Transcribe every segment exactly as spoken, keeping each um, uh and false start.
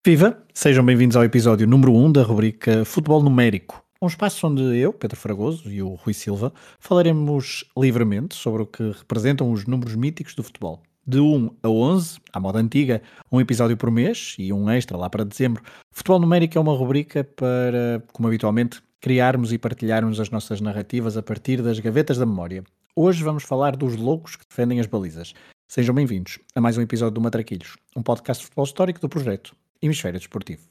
Viva! Sejam bem-vindos ao episódio número um da rubrica Futebol Numérico, um espaço onde eu, Pedro Fragoso e o Rui Silva falaremos livremente sobre o que representam os números míticos do futebol. De um a onze, à moda antiga, um episódio por mês e um extra lá para dezembro. Futebol Numérico é uma rubrica para, como habitualmente, criarmos e partilharmos as nossas narrativas a partir das gavetas da memória. Hoje vamos falar dos loucos que defendem as balizas. Sejam bem-vindos a mais um episódio do Matraquilhos, um podcast de futebol histórico do projeto Hemisfério Desportivo.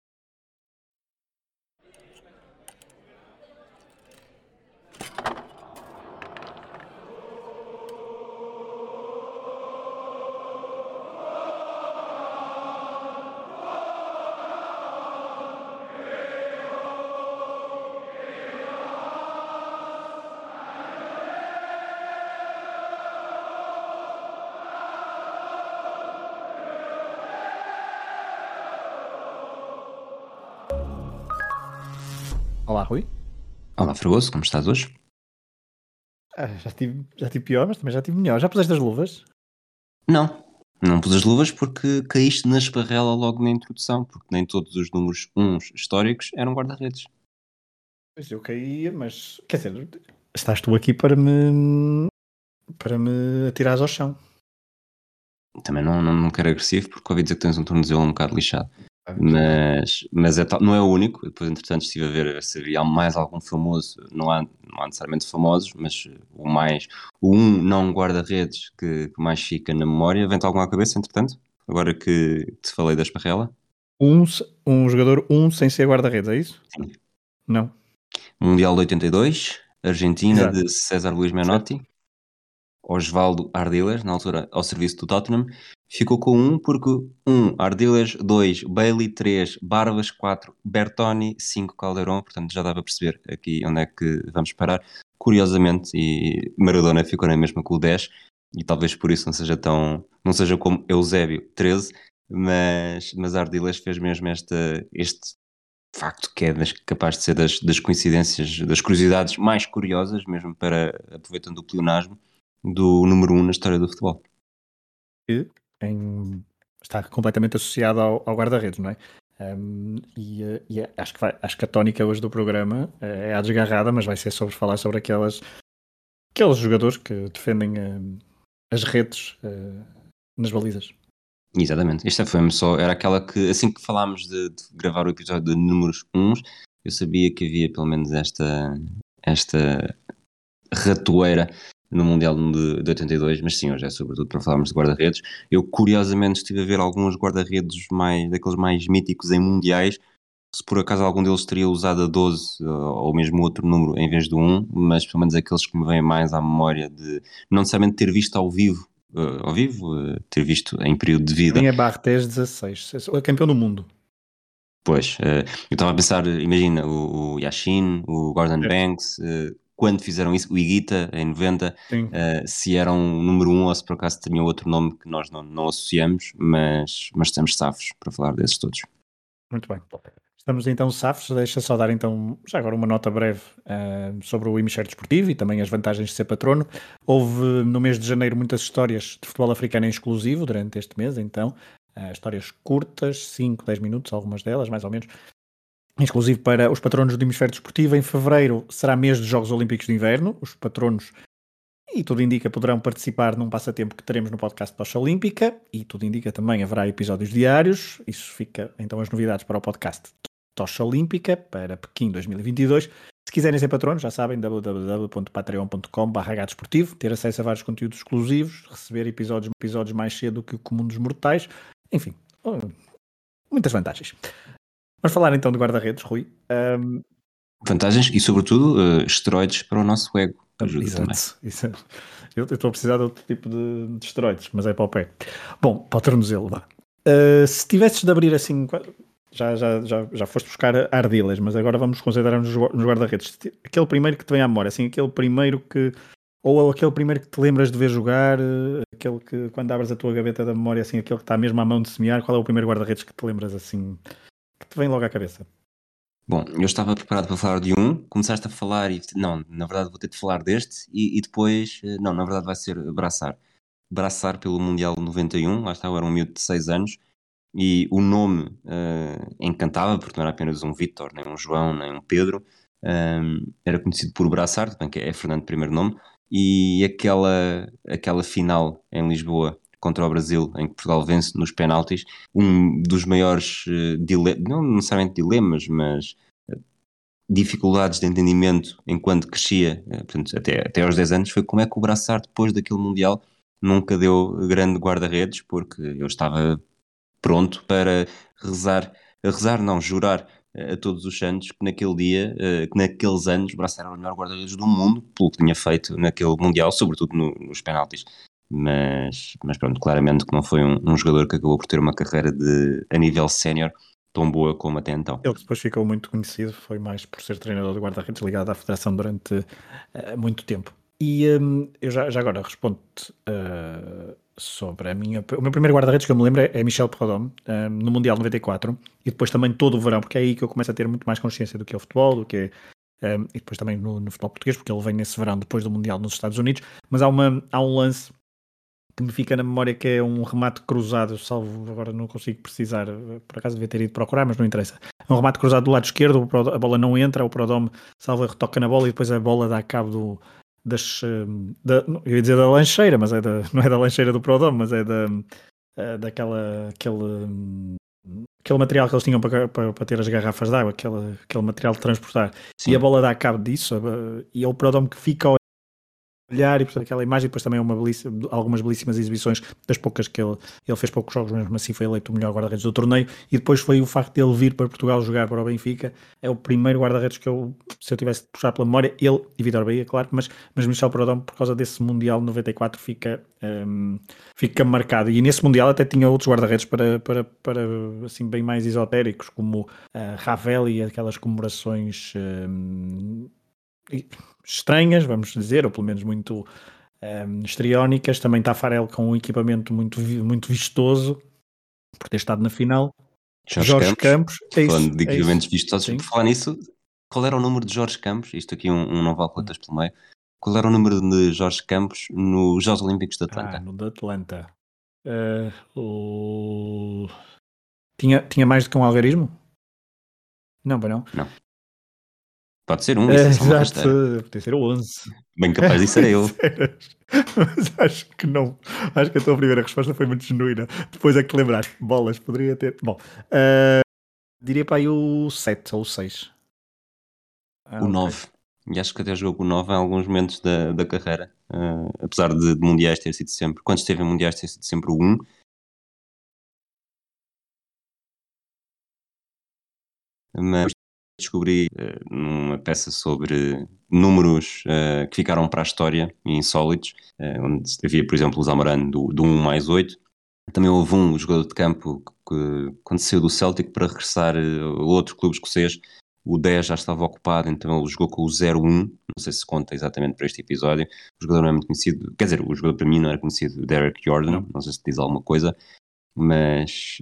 Olá, Rui. Olá, Fragoso, como estás hoje? Ah, já, tive, já tive pior, mas também já tive melhor. Já puseste as luvas? Não, não pus as luvas porque caíste na esparrela logo na introdução, porque nem todos os números uns históricos eram guarda-redes. Pois eu caía, mas quer dizer, estás tu aqui para me para me atirares ao chão. Também não, não, não quero agressivo porque ouvi dizer que tens um tornozelo um bocado lixado. Ah, Mas, mas é tal- não é o único. Depois, entretanto, estive a ver se havia mais algum famoso. Não há, não há necessariamente famosos, mas o mais, o um não guarda-redes que, que mais fica na memória. Vem-te alguma à cabeça, entretanto? Agora que te falei da esparrela? Um, um jogador um sem ser guarda-redes, é isso? Sim. Não. Mundial de oitenta e dois, Argentina Exato. de César Luís Menotti, Osvaldo Ardiles, na altura ao serviço do Tottenham, ficou com um porque um Ardiles, dois Bailey, três Barbas, quatro Bertoni, cinco Calderón, portanto já dá para perceber aqui onde é que vamos parar. Curiosamente, e Maradona ficou na mesma com o dez, e talvez por isso não seja tão, não seja como Eusébio, treze, mas, mas Ardiles fez mesmo esta, este facto que é das- capaz de ser das, das coincidências, das curiosidades mais curiosas, mesmo para, aproveitando o pleonasmo, do número um na história do futebol. Que em- está completamente associado ao, ao guarda-redes, não é? Um, e eh, e é- acho, que vai- acho que a tónica hoje do programa eh, é a desgarrada, mas vai ser sobre falar sobre aquelas, aqueles jogadores que defendem eh, as redes eh, nas balizas. Exatamente. Esta foi só, era aquela que, assim que falámos de, de gravar o episódio de números uns, eu sabia que havia pelo menos esta, esta ratoeira no Mundial de, de oitenta e dois, mas sim, hoje é sobretudo para falarmos de guarda-redes. Eu, curiosamente, estive a ver alguns guarda-redes mais, daqueles mais míticos em mundiais, se por acaso algum deles teria usado a doze uh, ou mesmo outro número em vez do um, mas pelo menos aqueles que me vêm mais à memória de não necessariamente ter visto ao vivo, uh, ao vivo, uh, ter visto em período de vida. Também é Barthez dezasseis, é campeão do mundo. Pois, uh, eu estava a pensar, imagina, o, o Yashin, o Gordon Certo. Banks, uh, quando fizeram isso, o Higuita em noventa, Sim. uh, se eram um número um ou se por acaso tinham outro nome que nós não, não associamos, mas, mas estamos safos para falar desses todos. Muito bem. Estamos então safos. Deixa só dar então já agora uma nota breve uh, sobre o Hemisfério Desportivo e também as vantagens de ser patrono. Houve no mês de janeiro muitas histórias de futebol africano em exclusivo durante este mês, então uh, histórias curtas, cinco, dez minutos, algumas delas mais ou menos, exclusivo para os patronos do Hemisfério Desportivo. Em fevereiro será mês dos Jogos Olímpicos de Inverno. Os patronos, e tudo indica, poderão participar num passatempo que teremos no podcast Tocha Olímpica, e tudo indica também haverá episódios diários. Isso fica então as novidades para o podcast Tocha Olímpica para Pequim dois mil e vinte e dois. Se quiserem ser patronos, já sabem, w w w ponto patreon ponto com barra desportivo, ter acesso a vários conteúdos exclusivos, receber episódios, episódios mais cedo que o comum dos mortais, enfim, muitas vantagens. Vamos falar então de guarda-redes, Rui. Um... Vantagens e, sobretudo, uh, esteroides para o nosso ego. Ajuda Exato, também. exato. Eu estou a precisar de outro tipo de, de esteroides, mas é para o pé. Bom, para o tornozelo, vá. Uh, se tivesses de abrir assim, já, já, já, já foste buscar ardilas, mas agora vamos concentrar-nos nos guarda-redes. Aquele primeiro que te vem à memória, assim, aquele primeiro que, ou aquele primeiro que te lembras de ver jogar, aquele que quando abres a tua gaveta da memória, assim, aquele que está mesmo à mão de semear, qual é o primeiro guarda-redes que te lembras assim, que te vem logo à cabeça? Bom, eu estava preparado para falar de um, começaste a falar e não, na verdade vou ter de falar deste e, e depois, não, na verdade vai ser Braçar. Braçar pelo Mundial noventa e um, lá está, eu era um miúdo de seis anos e o nome uh, encantava, porque não era apenas um Vítor, nem um João, nem um Pedro, um, era conhecido por Braçart, bem que é Fernando primeiro nome, e aquela, aquela final em Lisboa contra o Brasil, em que Portugal vence nos penaltis, um dos maiores, uh, dile- não necessariamente dilemas, mas uh, dificuldades de entendimento enquanto crescia, uh, portanto, até, até aos dez anos, foi como é que o Braçart, depois daquele Mundial, nunca deu grande guarda-redes, porque eu estava pronto para rezar, rezar não, jurar a todos os santos que naquele dia, que naqueles anos, Braçar era o melhor guarda-redes do mundo, pelo que tinha feito naquele Mundial, sobretudo no, nos penaltis. Mas, mas pronto, claramente que não foi um, um jogador que acabou por ter uma carreira de, a nível sénior tão boa como até então. Ele que depois ficou muito conhecido, foi mais por ser treinador de guarda-redes ligado à Federação durante uh, muito tempo. E um, eu já, já agora respondo-te uh, sobre a minha... O meu primeiro guarda-redes que eu me lembro é, é Michel Prudhomme, um, no Mundial noventa e quatro, e depois também todo o verão, porque é aí que eu começo a ter muito mais consciência do que é o futebol, do que é, um, e depois também no, no futebol português, porque ele vem nesse verão depois do Mundial nos Estados Unidos, mas há, uma, há um lance que me fica na memória, que é um remate cruzado, salvo, agora não consigo precisar, por acaso devia ter ido procurar, mas não interessa. É um remate cruzado do lado esquerdo, a bola não entra, o Prudhomme salva, retoca na bola e depois a bola dá cabo do, das... Da, eu ia dizer da lancheira, mas é da, não é da lancheira do Prudhomme, mas é da, daquela... Aquele, aquele material que eles tinham para, para, para ter as garrafas de água, aquele, aquele material de transportar. Sim. E a bola dá cabo disso, e é o Prudhomme que fica ao olhar e portanto aquela imagem, depois também é uma belíssima, algumas belíssimas exibições, das poucas que ele, ele fez poucos jogos, mesmo assim foi eleito o melhor guarda-redes do torneio, e depois foi o facto de ele vir para Portugal jogar para o Benfica, é o primeiro guarda-redes que eu, se eu tivesse de puxar pela memória, ele e Vítor Bahia, claro, mas, mas Michel Prudhomme, por causa desse Mundial de noventa e quatro, fica, um, fica marcado, e nesse Mundial até tinha outros guarda-redes para, para, para assim, bem mais esotéricos, como uh, Ravel e aquelas comemorações um, estranhas, vamos dizer, ou pelo menos muito um, histriónicas. Também Tafarel com um equipamento muito, muito vistoso por ter estado na final. Jorge, Jorge Campos, Campos, é isso, falando de é equipamentos isso. vistosos, Sim. por falar nisso, qual era o número de Jorge Campos? Isto aqui um, um não vale cotas pelo meio. Qual era o número de Jorge Campos nos Jogos Olímpicos de Atlanta? Ah, no de Atlanta. Uh, o... tinha, tinha mais do que um algarismo? Não, bem não. Não. Pode ser um, É, isso é só uma exato, rasteira. podia ser o onze. Bem capaz disso era eu. Mas acho que não. Acho que a tua primeira resposta foi muito genuína. Depois é que te lembraste. Bolas, poderia ter. Bom, uh, diria para aí o sete ou o seis. Ah, o okay. nove. E acho que até jogou com o nove em alguns momentos da, da carreira. Uh, apesar de, de mundiais ter sido sempre. Quando esteve em mundiais ter sido sempre o um. Mas descobri uh, numa peça sobre números uh, que ficaram para a história e insólitos, uh, onde havia, por exemplo, o Zamorano do, do um mais oito. Também houve um jogador de campo que, quando saiu do Celtic para regressar a outro clube escocês, o dez já estava ocupado, então ele jogou com o zero um, não sei se conta exatamente para este episódio. O jogador não é muito conhecido, quer dizer, o jogador para mim não era conhecido, Derek Jordan, não, não sei se diz alguma coisa, mas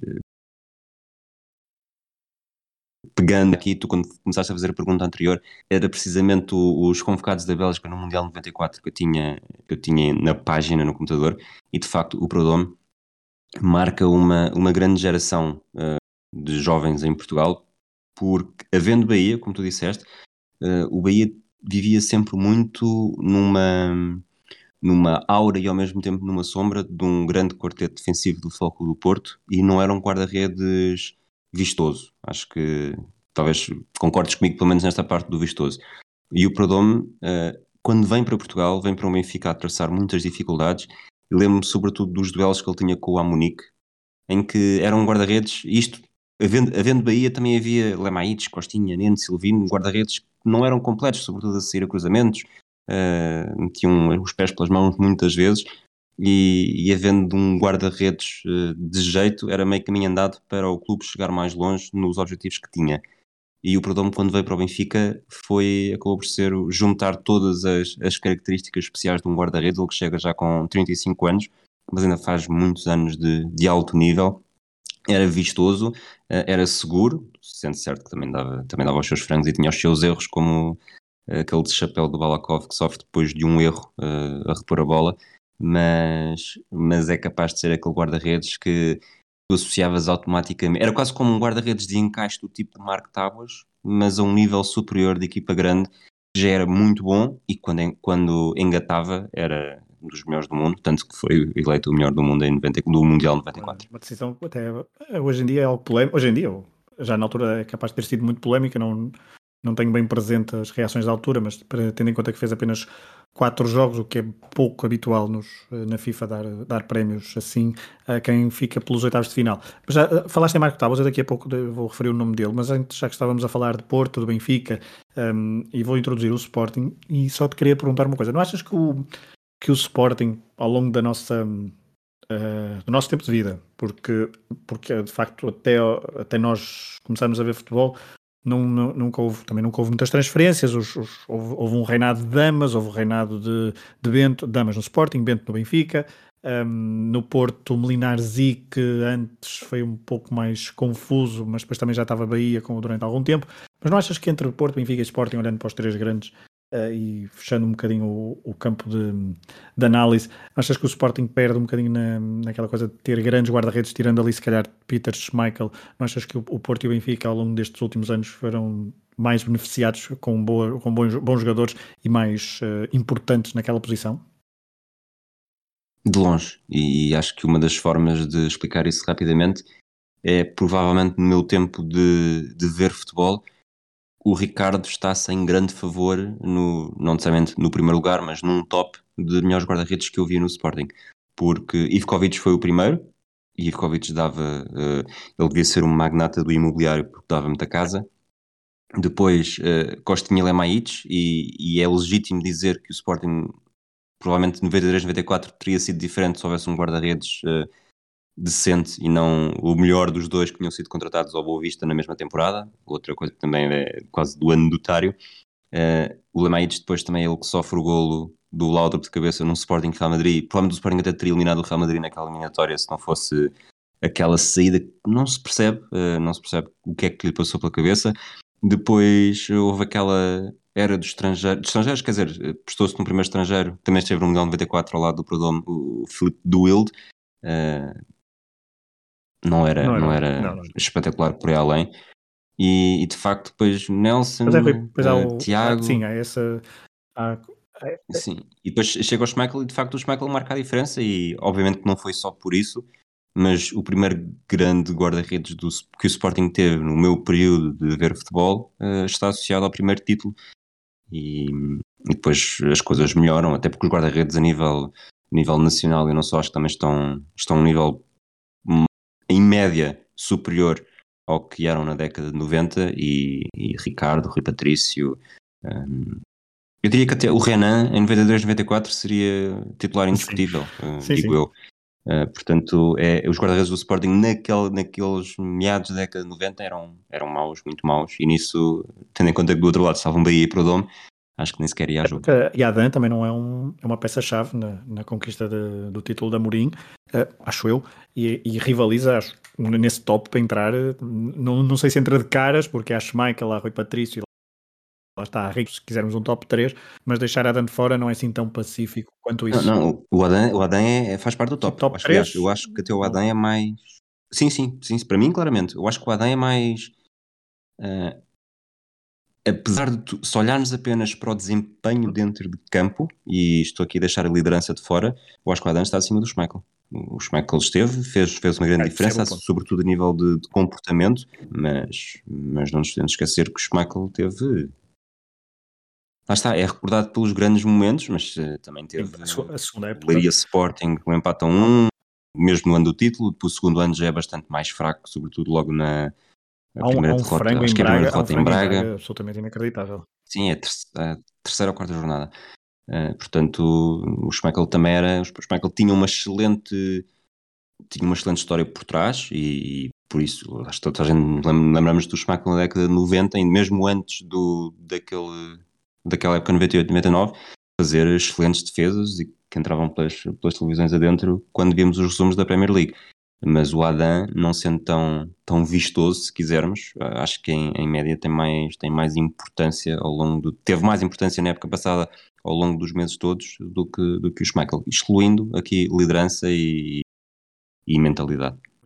pegando aqui, tu quando começaste a fazer a pergunta anterior, era precisamente o, os convocados da Bélgica no Mundial noventa e quatro que eu tinha, que eu tinha na página, no computador, e de facto o Prudhomme marca uma, uma grande geração uh, de jovens em Portugal, porque havendo Bahia, como tu disseste, uh, o Bahia vivia sempre muito numa, numa aura e ao mesmo tempo numa sombra de um grande quarteto defensivo do Futebol do Porto, e não era um guarda-redes vistoso. Acho que talvez concordes comigo pelo menos nesta parte do vistoso. E o Prudhomme, uh, quando vem para Portugal, vem para o Benfica a atravessar muitas dificuldades. Lembro-me sobretudo dos duelos que ele tinha com o Amunique, em que era um guarda-redes, isto, havendo, havendo Bahia, também havia Lemaites, Costinha, Nene, Silvino, guarda-redes que não eram completos, sobretudo a sair a cruzamentos, uh, metiam os pés pelas mãos muitas vezes, e, e havendo um guarda-redes uh, de jeito, era meio caminho andado para o clube chegar mais longe nos objetivos que tinha. E o Prudhomme, quando veio para o Benfica, foi, acabou por ser juntar todas as, as características especiais de um guarda-redes. Ele que chega já com trinta e cinco anos, mas ainda faz muitos anos de, de alto nível. Era vistoso, era seguro, sendo certo que também dava, também dava os seus frangos e tinha os seus erros, como aquele de chapéu do Balakov que sofre depois de um erro uh, a repor a bola, mas, mas é capaz de ser aquele guarda-redes que tu associavas automaticamente, era quase como um guarda-redes de encaixe do tipo de Marco Tábuas, mas a um nível superior de equipa grande, que já era muito bom e quando, en- quando engatava era um dos melhores do mundo, tanto que foi eleito o melhor do mundo em noventa, do Mundial noventa e quatro. Uma decisão que até eh, hoje em dia é algo polémico. Hoje em dia, ou já na altura é capaz de ter sido muito polémica, não, não tenho bem presente as reações da altura, mas para- tendo em conta que fez apenas quatro jogos, o que é pouco habitual nos, eh, na FIFA dar, dar prémios assim a quem fica pelos oitavos de final. Mas já eh, falaste em Marco Távora, eu daqui a pouco de- vou referir o nome dele, mas antes, já que estávamos a falar de Porto, do Benfica, ehm, e vou introduzir o Sporting, e só te queria perguntar uma coisa: não achas que o, que o Sporting, ao longo da nossa uh, do nosso tempo de vida, porque, porque de facto até, até nós começarmos a ver futebol não, não- nunca houve, também nunca houve muitas transferências, os- os- houve, houve um reinado de damas, houve um reinado de, de Bento, damas no Sporting, Bento no Benfica, um, no Porto, Melinar Zic, que antes foi um pouco mais confuso, mas depois também já estava Bahia com, durante algum tempo. Mas não achas que entre Porto, Benfica e Sporting, olhando para os três grandes, uh, e fechando um bocadinho o, o campo de, de análise, achas que o Sporting perde um bocadinho na, naquela coisa de ter grandes guarda-redes, tirando ali se calhar Peter Schmeichel? Não achas que o, o Porto e o Benfica ao longo destes últimos anos foram mais beneficiados com, boa, com bons, bons jogadores e mais uh, importantes naquela posição? De longe, e acho que uma das formas de explicar isso rapidamente é provavelmente no meu tempo de, de ver futebol, o Ricardo está sem grande favor, no, não necessariamente no primeiro lugar, mas num top de melhores guarda-redes que eu vi no Sporting. Porque Ivkovic foi o primeiro, e Ivkovic dava, uh, ele devia ser um magnata do imobiliário porque dava muita casa. Depois uh, Costinha Lemaites, e, e é legítimo dizer que o Sporting provavelmente noventa e três, noventa e quatro teria sido diferente se houvesse um guarda-redes uh, decente e não o melhor dos dois que tinham sido contratados ao Boa Vista na mesma temporada. Outra coisa que também é quase do anedotário. Uh, o Lemaites depois também é ele que sofre o golo do Laudrup de cabeça num Sporting Real Madrid. Provavelmente o Sporting até teria eliminado o Real Madrid naquela eliminatória se não fosse aquela saída que não se percebe, uh, não se percebe o que é que lhe passou pela cabeça. Depois houve aquela era dos estrangeiros, dos estrangeiros, quer dizer, prestou-se num primeiro estrangeiro, também esteve no Mundial noventa e quatro ao lado do Perdomo, o Filipe Duilde. Uh, não era, Não era, não não, era não. espetacular por aí além. E, e de facto, depois Mas é, Rui, Nelson, depois há uh, o. Há, sim, Tiago, há essa. Há, é, sim. E depois chega o Schmeichel e de facto o Schmeichel marca a diferença. E obviamente que não foi só por isso, mas o primeiro grande guarda-redes do, que o Sporting teve no meu período de ver futebol uh, está associado ao primeiro título. E, e depois as coisas melhoram, até porque os guarda-redes a nível, nível nacional, eu não só acho que também estão, estão a um nível em média superior ao que eram na década de noventa, e, e Ricardo, Rui Patrício, um, eu diria que até o Renan em noventa e dois, noventa e quatro seria titular sim, indiscutível, uh, sim, digo sim. eu. Uh, portanto, é, os guarda-redes do Sporting naquele, naqueles meados da década de noventa eram, eram maus, muito maus, e nisso, tendo em conta que do outro lado estavam Bahia e Perdomo, acho que nem sequer ia a É jogo. porque a Yadan também não é, um, é uma peça-chave na, na conquista de, do título da Amorim, uh, acho eu, e, e rivaliza acho, nesse top para entrar. Não, não sei se entra de caras, porque há Schmeichel, há Rui Patrício, lá está, há Rico, se quisermos um top três, mas deixar Yadan de fora não é assim tão pacífico quanto Não, isso. não, o Adam, o Adam é, é- faz parte do Tipo, top. top Acho, aliás, eu três acho que até o não. Adam é mais. Sim, sim, sim, para mim, claramente. Eu acho que o Adam é mais. Uh, apesar de tu, se olharmos apenas para o desempenho dentro de campo, e estou aqui a deixar a liderança de fora, eu acho que o Adam está acima do Schmeichel. O Schmeichel esteve, fez, fez uma grande É, isso é bom diferença, ponto. sobretudo a nível de, de comportamento, mas, mas não nos podemos esquecer que o Schmeichel teve. Lá está, é recordado pelos grandes momentos, mas uh, também Sim, teve a, seg- a segunda o época. Leiria Sporting, o empate a um, mesmo no ano do título. Depois o segundo ano já é bastante mais fraco, sobretudo logo na a Há um, há primeira um derrota, frango acho em que é a primeira Braga, há um derrota em frango em Braga. Braga absolutamente inacreditável. Sim, é a, ter a terceira ou quarta jornada. Uh, portanto, o Schmeichel também era. O Schmeichel tinha uma excelente, tinha uma excelente história por trás, e, e por isso acho que toda a gente lembramos do Schmeichel na década de noventa, e mesmo antes do, daquele, daquela época noventa e oito, noventa e nove, fazer excelentes defesas e que entravam pelas, pelas televisões adentro quando víamos os resumos da Premier League. Mas o Adam, não sendo tão, tão vistoso, se quisermos, acho que em, em média tem mais, tem mais importância ao longo do. Teve mais importância na época passada, ao longo dos meses todos, do que, do que o Schmeichel, excluindo aqui liderança e, e mentalidade.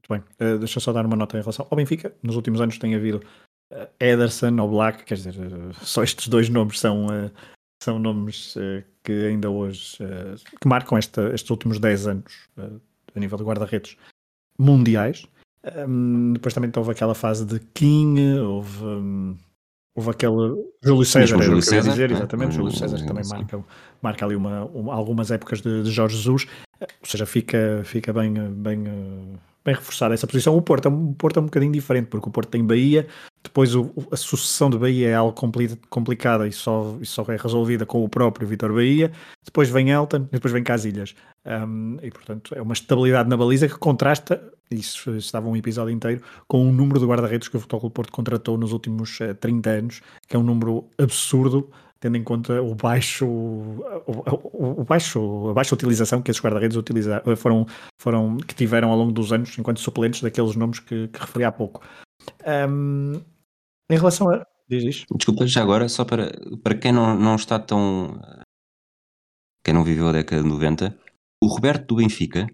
Muito bem. Uh, deixa eu só dar uma nota em relação ao Benfica. Nos últimos anos tem havido uh, Ederson ou Black, quer dizer, uh, só estes dois nomes são, uh, são nomes uh, que ainda hoje uh, que marcam esta, estes últimos dez anos uh, a nível de guarda-redes mundiais. Um, depois também houve aquela fase de King, houve, um, houve aquele Júlio César, Mesmo o era o Júlio que eu ia César, dizer, não é? exatamente. Júlio César também Sim. marca, marca ali uma, uma- algumas épocas de, de Jorge Jesus, ou seja, fica, fica bem, bem, eh, bem reforçada essa posição. O Porto, é um- o Porto é um bocadinho diferente, porque o Porto tem Bahia, depois o- o- a sucessão de Bahia é algo compli- complicada e só, e só é resolvida com o próprio Vítor Bahia, depois vem Elton e depois vem Casilhas. Um, e portanto é uma estabilidade na baliza que contrasta, isso estava um episódio inteiro, com o número de guarda-redes que o Futebol Clube do Porto contratou nos últimos eh, trinta anos, que é um número absurdo, tendo em conta o baixo, o, o- o baixo, a baixa utilização que esses guarda-redes utiliza- foram, foram, que tiveram ao longo dos anos enquanto suplentes daqueles nomes que, que referi há pouco. Um, em relação a... Diz isto? Desculpa, já agora, só para, para quem não, não está tão. Quem não viveu a década de noventa, o Roberto do Benfica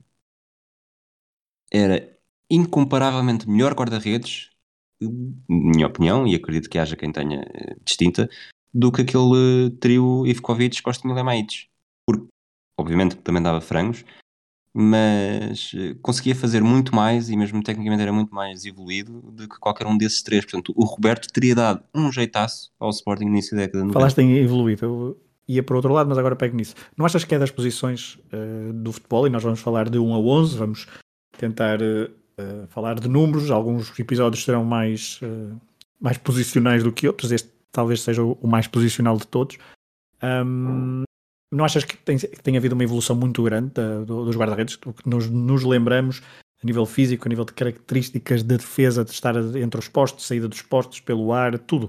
era incomparavelmente melhor guarda-redes, minha opinião, e acredito que haja quem tenha eh, distinta, do que aquele trio Ivkovic, Costinha e Lemaites. Porque, obviamente, que também dava frangos, mas eh, conseguia fazer muito mais e mesmo tecnicamente era muito mais evoluído do que qualquer um desses três. Portanto, o Roberto teria dado um jeitaço ao Sporting no início da década de noventa. Falaste em evoluído, eu ia para o outro lado, mas agora pego nisso. Não achas que é das posições uh, do futebol, e nós vamos falar de um a onze, vamos tentar uh, uh, falar de números, alguns episódios serão mais, uh, mais posicionais do que outros, este talvez seja o, o mais posicional de todos. Um, não achas que tem, que tem havido uma evolução muito grande uh, do, dos guarda-redes, do que nos, nos lembramos a nível físico, a nível de características de defesa, de estar entre os postos, saída dos postos, pelo ar, tudo?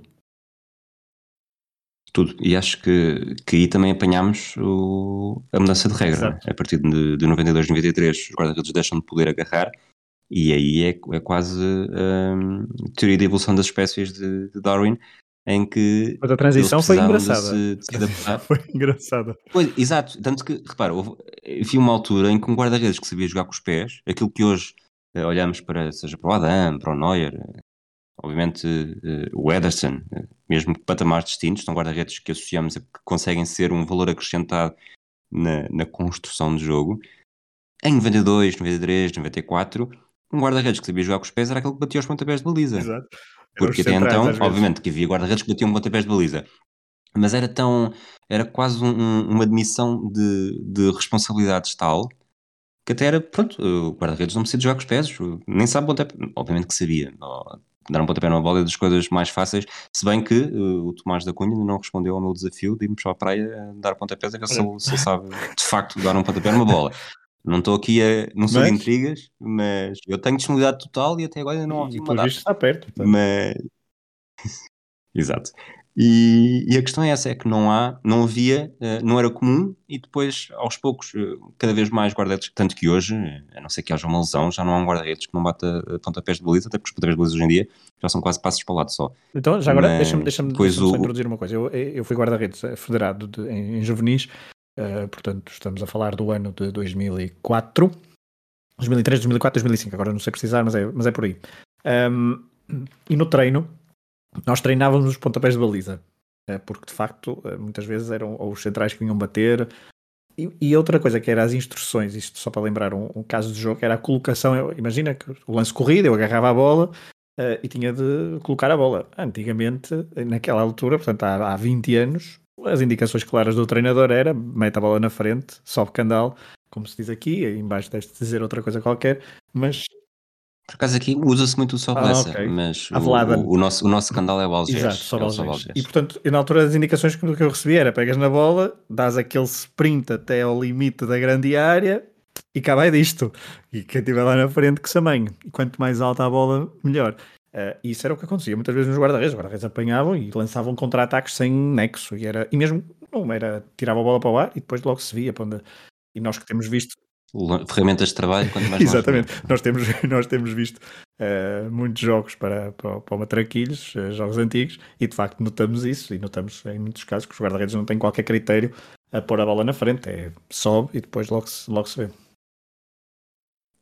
Tudo. E acho que, que aí também apanhámos o- a mudança de regra. Exato. Não é? A partir de, de noventa e dois, noventa e três, os guarda-redes deixam de poder agarrar, e aí é, é quase hum, teoria da evolução das espécies de, de Darwin, em que Mas a eles transição foi precisaram de engraçada. se, de A se transição adaptar. foi engraçada. Pois, exato, tanto que, repara, houve, havia uma altura em que um guarda-redes que sabia jogar com os pés, aquilo que hoje eh, olhamos para, seja para o Adam, para o Neuer, eh, obviamente eh, o Ederson, eh, mesmo que patamares distintos, são guarda-redes que associamos a que conseguem ser um valor acrescentado na, na construção de jogo. Em noventa e dois, noventa e três, noventa e quatro, um guarda-redes que sabia jogar com os pés era aquele que batia os pontapés de baliza. Exato. Eram os Porque até centrais, então, às vezes. obviamente, que havia guarda-redes que batiam pontapés de baliza, mas era tão, era quase um- um- uma admissão de, de responsabilidades tal que até era, pronto, o guarda-redes não precisa de jogar com os pés, nem sabe pontapé, obviamente que sabia, ó, dar um pontapé numa bola é das coisas mais fáceis, se bem que uh, o Tomás da Cunha ainda não respondeu ao meu desafio de irmos para a praia a dar pontapés a ver se Olha, ele, se ele sabe de facto dar um pontapé numa bola. Não estou aqui a, não sou de mas, intrigas, mas eu tenho disponibilidade total e até agora ainda não e, ouvi e uma pelos vistos data. está perto. Portanto. Mas, exato. E, e a questão é essa, é que não há, não havia, eh, não era comum, e depois, aos poucos, eh, cada vez mais guarda-redes, tanto que hoje, eh, a não ser que haja uma lesão, já não há um guarda-redes que não bata eh, pontapés de baliza, até porque os pontapés de baliza hoje em dia já são quase passos para o lado só. Então, já agora, deixa-me Mas deixa depois deixa só o... introduzir uma coisa. Eu, eu fui guarda-redes eh, federado de, em, em juvenis, uh, portanto, estamos a falar do ano de dois mil e quatro, dois mil e três, dois mil e quatro, dois mil e cinco, agora não sei precisar, mas é, mas é por aí. Um, e no treino, nós treinávamos os pontapés de baliza, uh, porque de facto, uh, muitas vezes eram ou os centrais que vinham bater. E, e outra coisa que era as instruções, isto só para lembrar um, um caso de jogo, era a colocação. Eu, imagina que o lance corrida, eu agarrava a bola uh, e tinha de colocar a bola. Antigamente, naquela altura, portanto há, há vinte anos, as indicações claras do treinador era mete a bola na frente, sobe candal, como se diz aqui, em baixo deve dizer outra coisa qualquer, mas... Por acaso aqui usa-se muito o sobe Ah, Lessa, ok. mas o, Avladan. o, o nosso, o nosso candal é o Exato, Algés, só é o sobe Balgés. E Algés. portanto, eu, na altura as indicações que eu recebi era pegas na bola, dás aquele sprint até ao limite da grande área e cá vai disto. E quem estiver lá na frente que se amanhe. E quanto mais alta a bola, melhor. Uh, e isso era o que acontecia muitas vezes nos guarda-redes. Os guarda-redes apanhavam e lançavam contra-ataques sem nexo. E, era, e mesmo, não, era tirava a bola para o ar e depois logo se via para onde... E nós que temos visto... Ferramentas de trabalho, quanto mais nós Exatamente, vemos. nós temos, nós temos visto uh, muitos jogos para, para, para o Matraquilhos, uh, jogos antigos, e de facto notamos isso, e notamos em muitos casos que os guarda-redes não têm qualquer critério a pôr a bola na frente, é sobe e depois logo se, logo se vê.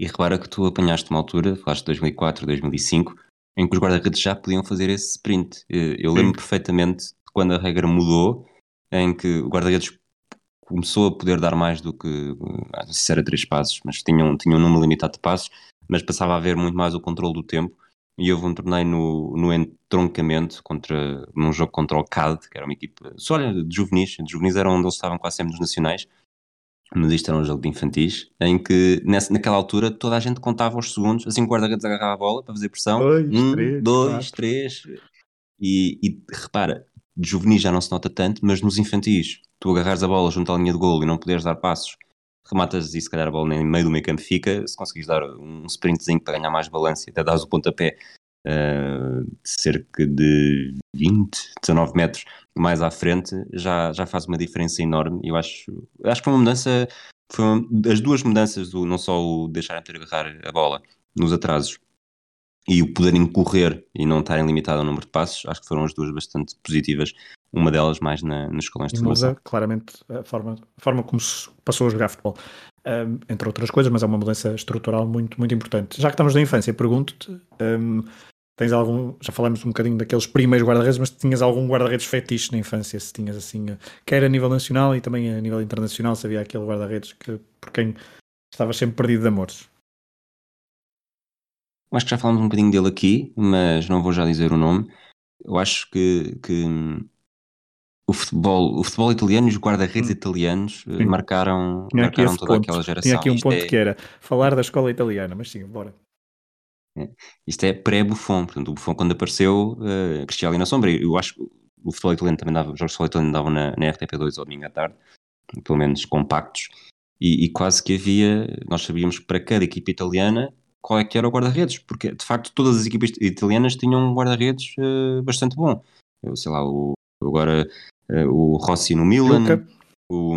E repara que tu apanhaste uma altura, falaste de dois mil e quatro, dois mil e cinco, em que os guarda-redes já podiam fazer esse sprint. Eh, Eu lembro Sim. perfeitamente de quando a regra mudou, em que o guarda-redes começou a poder dar mais do que, eh, não sei se era três passos, mas tinha um, tinha um número limitado de passos, mas passava a haver muito mais o controle do tempo. E houve um torneio no, no entroncamento, contra, num jogo contra o C A D, que era uma equipa, só olha, de juvenis, de juvenis era onde eles estavam quase sempre nos nacionais, mas isto era um jogo de infantis, em que nessa, naquela altura toda a gente contava os segundos, assim que o guarda-redes agarrava a bola para fazer pressão, Dois, um, três, dois, quatro. três, e, e repara, de juvenis já não se nota tanto, mas nos infantis, tu agarrares a bola junto à linha de golo e não poderes dar passos, rematas e se calhar a bola nem meio do meio campo fica, se conseguires dar um sprintzinho para ganhar mais balanço e até dares o pontapé uh, de cerca de vinte, dezanove metros mais à frente, já, já faz uma diferença enorme. Eu acho, acho que foi uma mudança, foi uma, as duas mudanças, do, não só o deixarem de agarrar a bola nos atrasos e o poderem correr e não estarem limitado ao número de passos, acho que foram as duas bastante positivas, uma delas mais na, nos escalões de E formação. muda claramente a forma, a forma como se passou a jogar futebol, um, entre outras coisas, mas é uma mudança estrutural muito, muito importante. Já que estamos na infância, pergunto-te, um, tens algum, já falamos um bocadinho daqueles primeiros guarda-redes, mas tinhas algum guarda-redes fetiche na infância, se tinhas assim, quer a nível nacional e também a nível internacional, se havia aquele guarda-redes que, por quem estavas sempre perdido de amores? Acho que já falámos um bocadinho dele aqui, mas não vou já dizer o nome. Eu acho que, que hum, o futebol, o futebol italiano e os guarda-redes Hum, italianos eh, sim. marcaram, Tinha aqui marcaram esse toda ponto, aquela tinha geração. aqui um Isto ponto é, que era falar da escola italiana, mas sim, bora. é, isto é pré-Buffon. Portanto, o Buffon quando apareceu, uh, Cristiano ali na sombra. Eu acho que o futebol italiano também dava, os jogos de futebol italiano davam na, na R T P dois ao domingo à tarde, pelo menos compactos, e, e quase que havia, nós sabíamos para cada equipa italiana qual é que era o guarda-redes, porque de facto todas as equipas italianas tinham um guarda-redes uh, bastante bom. Eu sei lá, o, agora uh, o Rossi no Juca, Milan, o,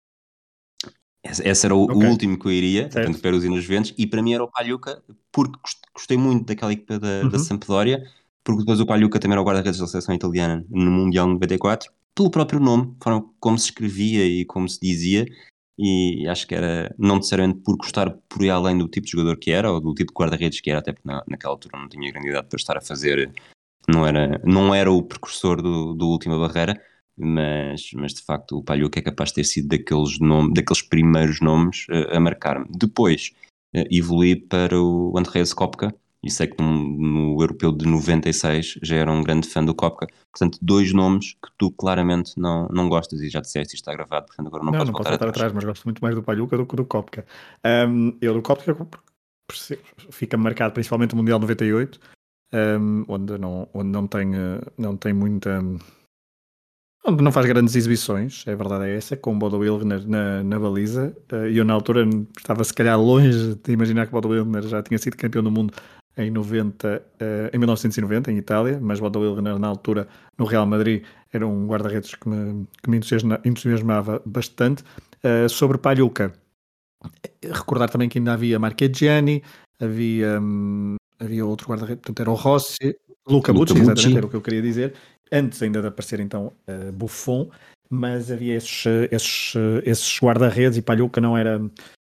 esse esse era o, o ok, último que eu iria, portanto, certo. Peruzzi nos Juventus, e para mim era o Palhuca, porque gost- gostei muito daquela equipa da, da Uhum. Sampdoria, porque depois o Palhuca também era o guarda-redes da seleção italiana no Mundial noventa e quatro, pelo próprio nome, forma como se escrevia e como se dizia, e acho que era, não necessariamente por gostar por ir além do tipo de jogador que era, ou do tipo de guarda-redes que era, até porque na, naquela altura não tinha grande idade para estar a fazer, não era, não era o precursor do, do Última Barreira, mas, mas de facto o Palhuca é capaz de ter sido daqueles, nome, daqueles primeiros nomes uh, a marcar-me. Depois uh, evolui para o Andreas Kopka, e sei que no, no Europeu de noventa e seis já era um grande fã do Kopka, portanto dois nomes que tu claramente não, não gostas, e já disseste, isto está gravado, portanto agora não Não, podes não posso voltar voltar atrás. atrás, mas gosto muito mais do Palhuca do que do Kopka. Um, eu do Kopka fica marcado principalmente o Mundial noventa e oito, um, onde, não, onde não, tem, não tem muita... onde não faz grandes exibições, é verdade é essa, com o Bodo Illner na, na baliza, e eu na altura estava se calhar longe de imaginar que o Bodo Illner já tinha sido campeão do mundo em, noventa, em mil novecentos e noventa, em Itália, mas Bodo Illner na altura no Real Madrid era um guarda-redes que me, que me entusiasma, entusiasmava bastante. Uh, sobre Palhuca, recordar também que ainda havia Marchegiani, havia, hum, havia outro guarda-redes, portanto era o Rossi, Luca Luca Bucci, exatamente, era o Bucci, que eu queria dizer, antes ainda de aparecer então uh, Buffon, mas havia esses, uh, esses, uh, esses guarda-redes, e Palhuca não era,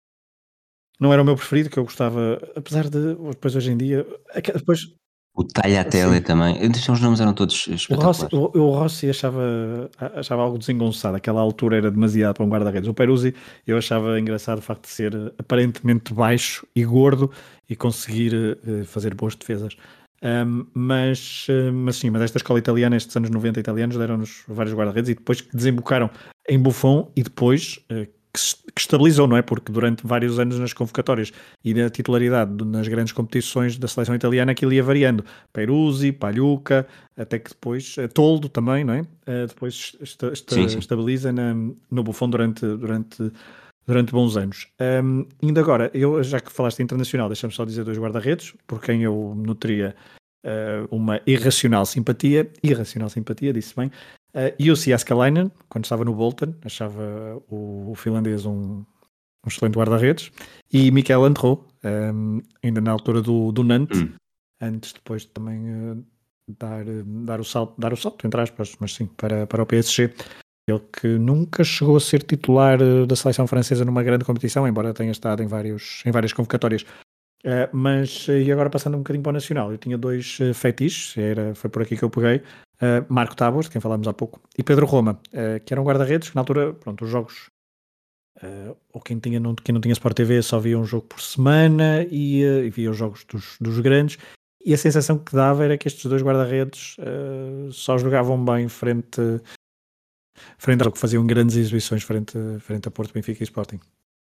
não era o meu preferido, que eu gostava, apesar de depois hoje em dia, aque- depois, o Tagliatelle assim, também. Então, os nomes eram todos o Rossi, espetaculares. o, o Rossi achava, achava algo desengonçado, aquela altura era demasiado para um guarda-redes. O Peruzzi eu achava engraçado o facto de ser uh, aparentemente baixo e gordo e conseguir uh, fazer boas defesas. Um, mas, uh, mas sim, mas esta escola italiana, estes anos noventa italianos, deram-nos vários guarda-redes e depois que desembocaram em Buffon e depois uh, que, se, que estabilizou, não é? Porque durante vários anos nas convocatórias e na titularidade nas grandes competições da seleção italiana aquilo ia variando. Peruzzi, Palhuca, até que depois, uh, Toldo também, não é? Uh, depois esta, esta, Sim, sim. estabiliza na, no Buffon durante, durante, durante bons anos. Um, ainda agora, eu, já que falaste internacional, deixa-me só dizer dois guarda-redes, por quem eu nutria uh, uma irracional simpatia, irracional simpatia, disse bem, uh, Jussi Jääskeläinen, quando estava no Bolton, achava o, o finlandês um, um excelente guarda-redes, e Mikel Andró, um, ainda na altura do, do Nantes, Hum. antes depois de também uh, dar, uh, dar, o salto, dar o salto, entre aspas, mas sim, para, para o P S G. Ele que nunca chegou a ser titular uh, da seleção francesa numa grande competição, embora tenha estado em, vários, em várias convocatórias. Uh, mas, uh, e agora passando um bocadinho para o Nacional, eu tinha dois uh, fetiches, era, foi por aqui que eu peguei, uh, Marco Tábor, de quem falámos há pouco, e Pedro Roma, uh, que eram guarda-redes, que na altura, pronto, os jogos, uh, ou quem, tinha, não, quem não tinha Sport T V só via um jogo por semana e, uh, e via os jogos dos, dos grandes, e a sensação que dava era que estes dois guarda-redes uh, só jogavam bem frente, frente ao que faziam grandes exibições frente, frente a Porto, Benfica e Sporting.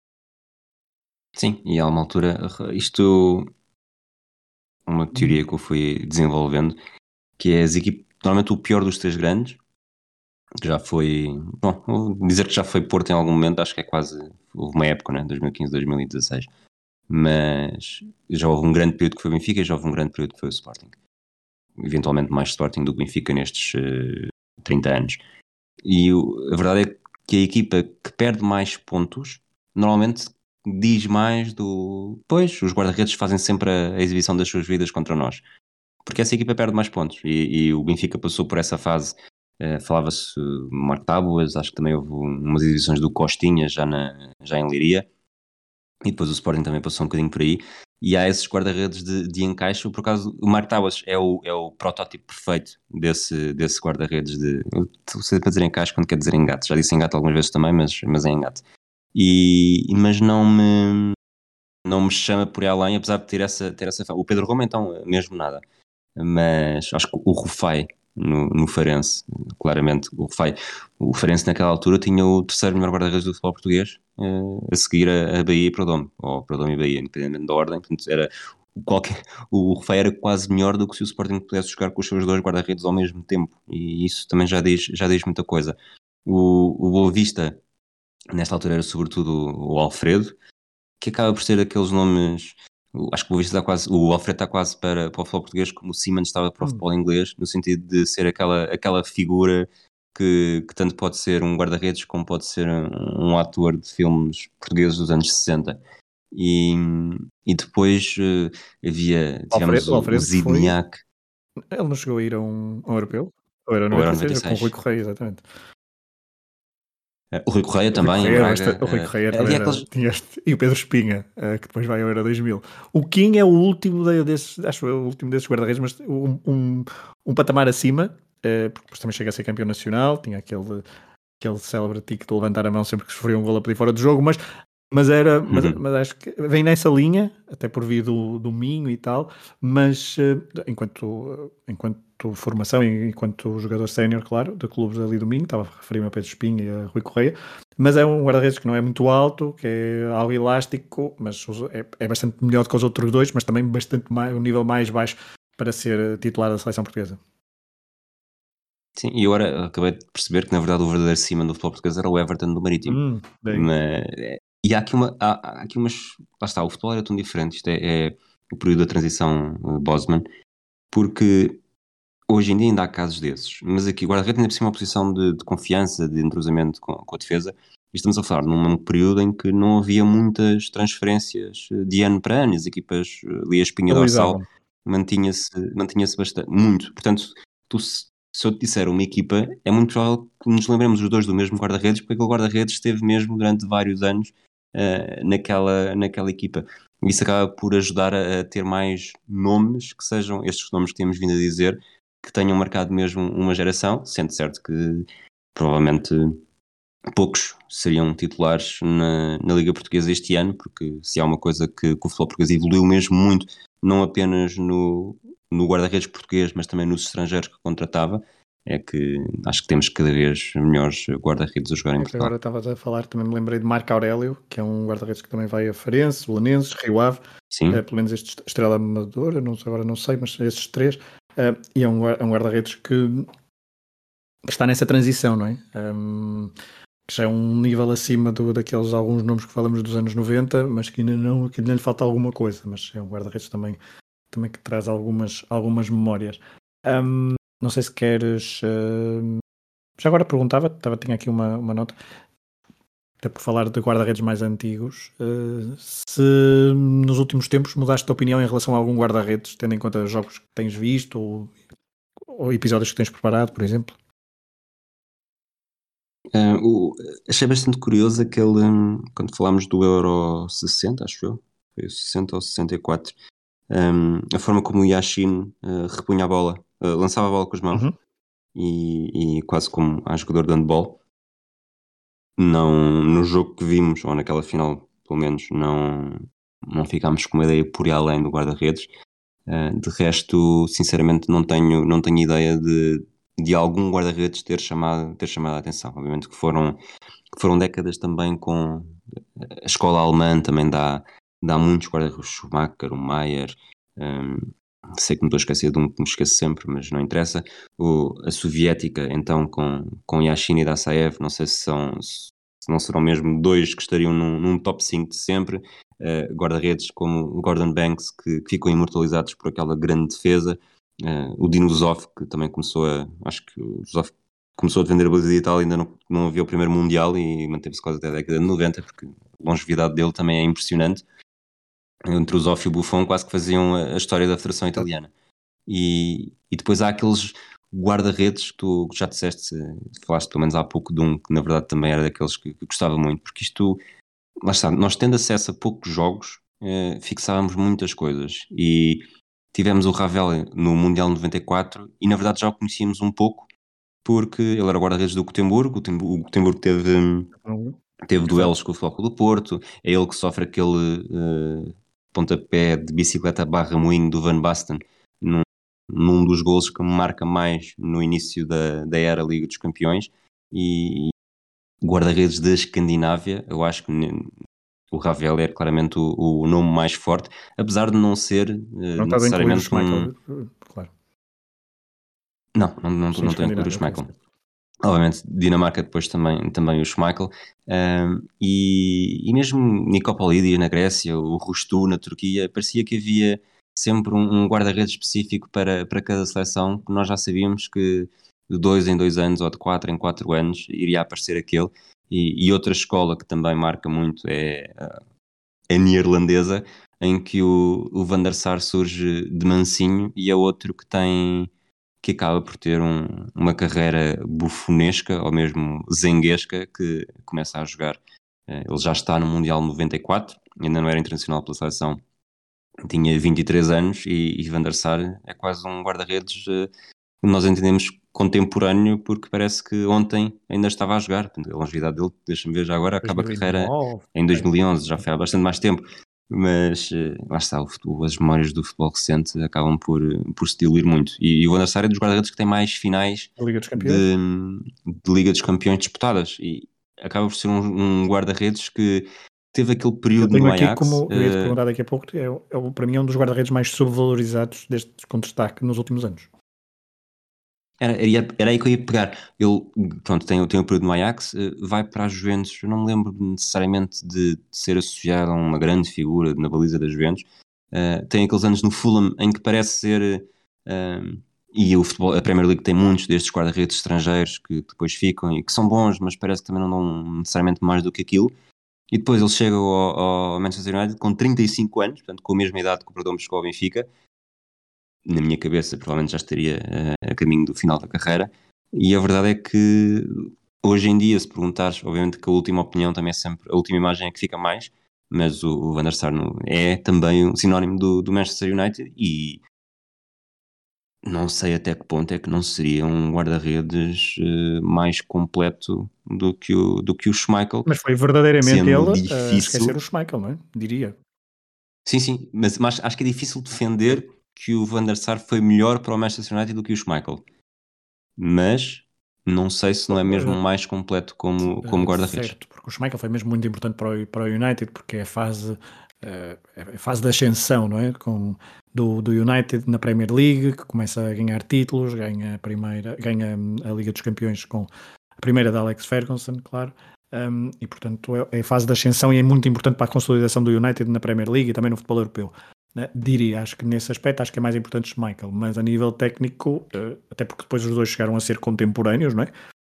Sim, e há uma altura, isto, uma teoria que eu fui desenvolvendo, que é as equipes, normalmente o pior dos três grandes, que já foi, bom, vou dizer que já foi Porto em algum momento, acho que é quase, houve uma época, né, dois mil e quinze, dois mil e dezasseis, mas já houve um grande período que foi o Benfica e já houve um grande período que foi o Sporting. Eventualmente mais Sporting do que Benfica nestes uh, trinta anos. E o, a verdade é que a equipa que perde mais pontos, normalmente diz mais do... Pois, os guarda-redes fazem sempre a, a exibição das suas vidas contra nós. Porque essa equipa perde mais pontos. E, e o Benfica passou por essa fase. Uh, falava-se uh, Marco Tábuas, acho que também houve umas exibições do Costinha já, na, já em Leiria. E depois o Sporting também passou um bocadinho por aí. E há esses guarda-redes de, de encaixe. Por acaso, o Marco Tábuas é o, é o protótipo perfeito desse, desse guarda-redes de... Estou sempre a dizer encaixe quando quer dizer engate. Já disse engate algumas vezes também, mas, mas é engate. E, mas não me, não me chama por aí além, apesar de ter essa, ter essa... O Pedro Roma, então, mesmo nada. Mas acho que o Rufai no, no Farense, claramente o Rufai, o Farense naquela altura tinha o terceiro melhor guarda-redes do futebol português, uh, a seguir a, a Bahia e Perdomo, ou Perdomo e Bahia, independente da ordem. Portanto, era qualquer, o Rufai era quase melhor do que se o Sporting pudesse jogar com os seus dois guarda-redes ao mesmo tempo, e isso também já diz, já diz muita coisa. O, o Boa Vista, nesta altura, era sobretudo o, o Alfredo, que acaba por ser aqueles nomes. Acho que o Boa Vista está quase, o Alfredo está quase para, para o futebol português como o Seaman estava para o Hum. futebol inglês, no sentido de ser aquela, aquela figura que, que tanto pode ser um guarda-redes como pode ser um, um ator de filmes portugueses dos anos sessenta. E, e depois uh, havia, O tivemos Alfredo, o o, o Alfredo que foi, Zidniak, ele não chegou a ir a um, a um europeu? Ou era ou era o noventa e seis, com o Rui noventa e seis. Correia, exatamente. Uh, o Rui Correia O Rui também, em Correia era bastante, Braga. o Rui Correia Uh, também havia era, aqueles. tinha este, e o Pedro Espinha, uh, que depois vai ao Euro dois mil. O Kim é o último de- desses, acho que é o último desses guarda-redes, mas um, um, um patamar acima, uh, porque depois também chega a ser campeão nacional, tinha aquele, aquele célebre tique de levantar a mão sempre que sofria um gol a pedir fora do jogo, mas, mas era, mas, mas acho que vem nessa linha, até por vir do, do Minho e tal, mas uh, enquanto, enquanto formação e enquanto jogador sénior, claro, de clubes ali do Minho, estava a referir-me a Pedro Espinho e a Rui Correia, mas é um guarda-redes que não é muito alto, que é algo elástico, mas é, é bastante melhor do que os outros dois, mas também bastante mais, um nível mais baixo para ser titular da seleção portuguesa. Sim, e agora acabei de perceber que na verdade o verdadeiro cima do futebol português era o Everton do Marítimo. Hum, bem. Mas, e há aqui, uma, há, há aqui umas. Lá está, o futebol era tão diferente. Isto é, é o período da transição uh, Bosman, porque hoje em dia ainda há casos desses. Mas aqui, o guarda-redes ainda por cima uma posição de, de confiança, de entrosamento com, com a defesa. E estamos a falar num período em que não havia muitas transferências uh, de ano para ano. As equipas, uh, ali a espinha dorsal, Estabilizavam. mantinha-se mantinha-se bastante, muito. Portanto, tu, se se eu te disser uma equipa, é muito provável que nos lembremos os dois do mesmo guarda-redes, porque aquele guarda-redes esteve mesmo durante vários anos uh, naquela, naquela equipa. E isso acaba por ajudar a, a ter mais nomes, que sejam estes nomes que temos vindo a dizer, que tenham marcado mesmo uma geração, sendo certo que provavelmente poucos seriam titulares na, na Liga Portuguesa este ano, porque se há uma coisa que, que o futebol português evoluiu mesmo muito, não apenas no, no guarda-redes português, mas também nos estrangeiros que contratava, é que acho que temos cada vez melhores guarda-redes a jogar em É que agora Portugal. estavas a falar, também me lembrei de Marco Aurélio, que é um guarda-redes que também vai a Farense, Belenenses, Rio Ave, Sim, uh, pelo menos este Estrela Amadora, não, agora não sei, mas esses três, uh, e é um, é um guarda-redes que, que está nessa transição, não é? Um, que já é um nível acima do, daqueles alguns nomes que falamos dos anos noventa, mas que ainda não, que ainda lhe falta alguma coisa, mas é um guarda-redes também, também que traz algumas, algumas memórias. Um, não sei se queres... Uh, já agora perguntava, estava, tinha aqui uma, uma nota, até por falar de guarda-redes mais antigos, uh, se nos últimos tempos mudaste de opinião em relação a algum guarda-redes, tendo em conta jogos que tens visto ou, ou episódios que tens preparado, por exemplo? uh, o, achei bastante curioso aquele, um, quando falámos do Euro sessenta, acho eu, foi o sessenta ou sessenta e quatro, um, a forma como o Yashin uh, repunha a bola, uh, lançava a bola com as mãos, Uhum. e, e quase como a jogador de handball. Não, no jogo que vimos, ou naquela final, pelo menos, não, não ficámos com uma ideia por ir além do guarda-redes. Uh, de resto, sinceramente, não tenho, não tenho ideia de, de algum guarda-redes ter chamado, ter chamado a atenção. Obviamente que foram, que foram décadas também com a escola alemã, também dá, dá muitos guarda-redes, o Schumacher, o Maier, um, sei que me estou a esquecer de um que me esqueço sempre, mas não interessa. O, a soviética, então, com, com Yashin e Dassaev, não sei se são, se não serão mesmo dois que estariam num, num top cinco de sempre. Uh, guarda-redes como o Gordon Banks, que, que ficam imortalizados por aquela grande defesa. Uh, o Dino Zoff, que também começou a. Acho que o Zoff começou a defender a baliza de Itália, ainda não, não havia o primeiro Mundial e manteve-se quase até a década de noventa, porque a longevidade dele também é impressionante. Entre o Zoff e o Buffon, quase que faziam a, a história da Federação Italiana. E, e depois há aqueles guarda-redes que tu já disseste, falaste pelo menos há pouco de um que na verdade também era daqueles que, que gostava muito, porque isto, lá está, nós tendo acesso a poucos jogos, eh, fixávamos muitas coisas, e tivemos o Ravel no Mundial noventa e quatro e na verdade já o conhecíamos um pouco, porque ele era guarda-redes do Gotemburgo, o Gotemburgo, o Gotemburgo teve, Uhum. teve Exato. duelos com o Futebol Clube do Porto, é ele que sofre aquele uh, pontapé de bicicleta barra moinho do Van Basten, num, num dos golos que me marca mais no início da, da era Liga dos Campeões, e guarda-redes da Escandinávia, eu acho que o Ravel é claramente o, o nome mais forte, apesar de não ser uh, Não estás a incluir o necessariamente um... Schmeichel, claro. Não, não, não, Sim, não estou a incluir o Escandinávia, ok, Schmeichel. certo. Obviamente, Dinamarca depois também, também o Schmeichel, um, e, e mesmo Nicopolidis na Grécia, o Rustu na Turquia, parecia que havia sempre um, um guarda-redes específico para, para cada seleção, que nós já sabíamos que de dois em dois anos ou de quatro em quatro anos iria aparecer aquele. E, e outra escola que também marca muito é a, a neerlandesa, em que o, o Van der Sar surge de mansinho, e é outro que tem que acaba por ter um, uma carreira bufonesca ou mesmo zenguesca, que começa a jogar. Eh, Ele já está no Mundial noventa e quatro, ainda não era internacional pela seleção, tinha vinte e três anos, e, e Van der Sar é quase um guarda-redes, eh, que nós entendemos contemporâneo, porque parece que ontem ainda estava a jogar. Portanto, a longevidade dele, deixa-me ver, já agora acaba a carreira dois mil e nove, em ok. dois mil e onze, já foi há bastante mais tempo. Mas eh, lá está, o futebol- as memórias do futebol recente acabam por, eh, por se diluir muito. E, e o Van der Sar é dos guarda-redes que tem mais finais A Liga dos Campeões. de, de Liga dos Campeões disputadas. E acaba por ser um, um guarda-redes que teve aquele Eu período tenho no aqui, Ajax. como eu ia te eh, perguntar daqui a pouco, é, o- é, o- para mim é um dos guarda-redes mais subvalorizados destes com destaque nos últimos anos. Era, era, era aí que eu ia pegar. Ele, pronto, tem, tem o período no Ajax, eh, vai para a Juventus. Eu não me lembro necessariamente de, de ser associado a uma grande figura na baliza da Juventus. Eh, tem aqueles anos no Fulham em que parece ser. eh, e o futebol, a Premier League tem muitos destes guarda-redes estrangeiros que depois ficam e que são bons, mas parece que também não dão necessariamente mais do que aquilo. E depois ele chega ao, ao Manchester United com trinta e cinco anos, portanto, com a mesma idade que o Perdomo chegou ao Benfica. Na minha cabeça, provavelmente já estaria uh, a caminho do final da carreira. E a verdade é que hoje em dia, se perguntares, obviamente que a última opinião também é sempre, a última imagem é que fica mais, mas o, o Van der Sar no- é também um sinónimo do, do Manchester United, e não sei até que ponto é que não seria um guarda-redes uh, mais completo do que o, do que o Schmeichel, Mas foi verdadeiramente sendo ele a esquecer o difícil. Schmeichel, não é? Diria. Sim, sim, mas, mas acho que é difícil defender Ok. que o Van der Sar foi melhor para o Manchester United do que o Schmeichel. Mas não sei se não é mesmo Uh, mais completo como, como uh, guarda-redes. certo, porque o Schmeichel foi mesmo muito importante para o, para o United, porque é a fase, uh, é a fase de ascensão, não é? Com, do, do United na Premier League, que começa a ganhar títulos, ganha a primeira, ganha a Liga dos Campeões com a primeira da Alex Ferguson, claro. Um, e portanto é, é a fase de ascensão e é muito importante para a consolidação do United na Premier League e também no futebol europeu. Né? Diria, acho que nesse aspecto acho que é mais importante Schmeichel, mas a nível técnico, uh, até porque depois os dois chegaram a ser contemporâneos, não é?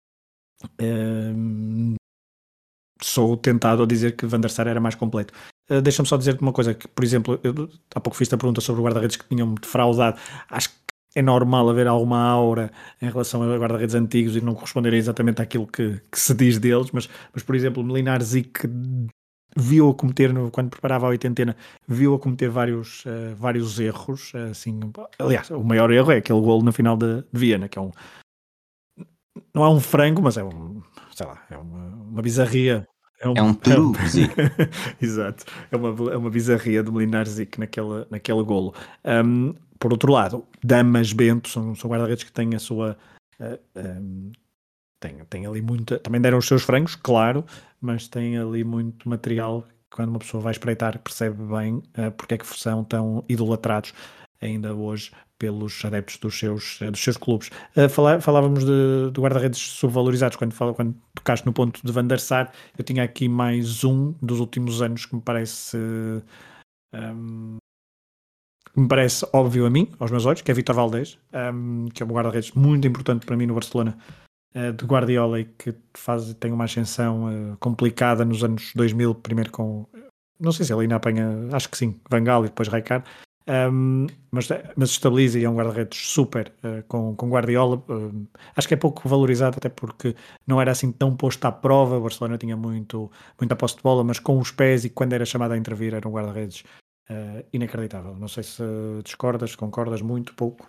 Um, sou tentado a dizer que Van der Sar era mais completo. Uh, deixa-me só dizer-te uma coisa, que por exemplo, eu, há pouco fiz a pergunta sobre o guarda-redes que tinham defraudado. Acho que é normal haver alguma aura em relação a guarda-redes antigos e não corresponderem exatamente àquilo que, que se diz deles, mas, mas por exemplo, Mlinar Zik viu a cometer, no, quando preparava a oitentena, viu a cometer vários, uh, vários erros. Assim, aliás, o maior erro é aquele golo na final de, de Viena, que é um. Não é um frango, mas é um. Sei lá, é uma, uma bizarria. É um, É um é um... truzi. Exato, é uma, é uma bizarria do Molinar Zic naquele, naquele golo. Um, por outro lado, Damas, Bento são, são guarda-redes que têm a sua. Uh, um, tem, tem ali muita. Também deram os seus frangos, claro, mas tem ali muito material que quando uma pessoa vai espreitar percebe bem uh, porque é que são tão idolatrados ainda hoje pelos adeptos dos seus, uh, dos seus clubes. Uh, fala, falávamos de, de guarda-redes subvalorizados quando, fala, quando tocaste no ponto de Van der Sar. Eu tinha aqui mais um dos últimos anos que me parece. Uh, um, me parece óbvio a mim, aos meus olhos, que é Vítor Valdés, um, que é um guarda-redes muito importante para mim no Barcelona, uh, de Guardiola, e que faz, tem uma ascensão uh, complicada nos anos dois mil, primeiro com, não sei se ele ainda apanha, acho que sim, Van Gaal e depois Rijkaard, um, mas, mas estabiliza e é um guarda-redes super uh, com, com Guardiola. Uh, acho que é pouco valorizado, até porque não era assim tão posto à prova. O Barcelona tinha muito, muita posse de bola, mas com os pés, e quando era chamado a intervir era um guarda-redes Uh, inacreditável. Não sei se discordas, concordas, muito, pouco.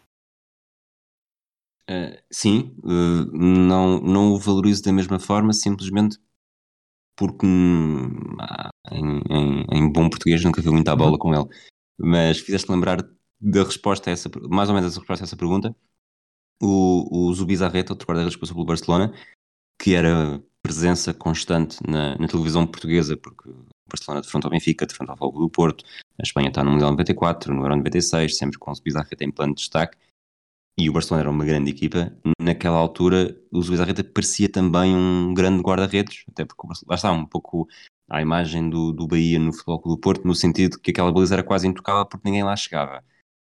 Uh, sim, uh, não, não o valorizo da mesma forma, simplesmente porque hum, ah, em, em, em bom português nunca vi muita bola Uhum. com ele. Mas fizeste lembrar da resposta a essa, mais ou menos essa resposta a essa pergunta. O, o Zubizarreta, outro guarda-redes que passou pelo Barcelona, que era presença constante na, na televisão portuguesa, porque o Barcelona defronta ao Benfica, defronta ao Futebol do Porto, a Espanha está no Mundial noventa e quatro, no Euro noventa e seis, sempre com o Zubizarreta em plano de destaque, e o Barcelona era uma grande equipa. Naquela altura, o Zubizarreta parecia também um grande guarda-redes, até porque lá está, um pouco à imagem do, do Bahia no Futebol Clube do Porto, no sentido que aquela baliza era quase intocável porque ninguém lá chegava.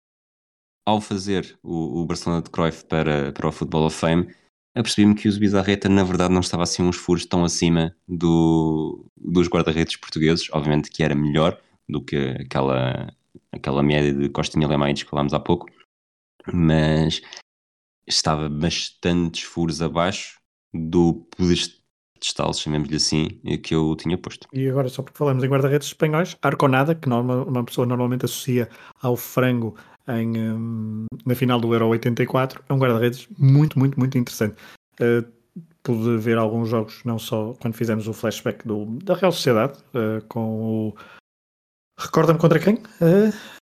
Ao fazer o, o Barcelona de Cruyff para, para o Football of Fame, apercebi-me que o Zubizarreta na verdade não estava assim uns furos tão acima do, dos guarda-redes portugueses, obviamente que era melhor do que aquela, aquela média de Costinha Lemaites que falámos há pouco, mas estava bastantes furos abaixo do pedestal, chamemos-lhe assim, que eu tinha posto. E agora, só porque falamos em guarda-redes espanhóis, Arconada, que norma, uma pessoa normalmente associa ao frango em, um, na final do Euro oitenta e quatro, é um guarda-redes muito, muito, muito interessante. Uh, pude ver alguns jogos, não só quando fizemos o flashback do, da Real Sociedade, uh, com o... Recorda-me contra quem? Uh,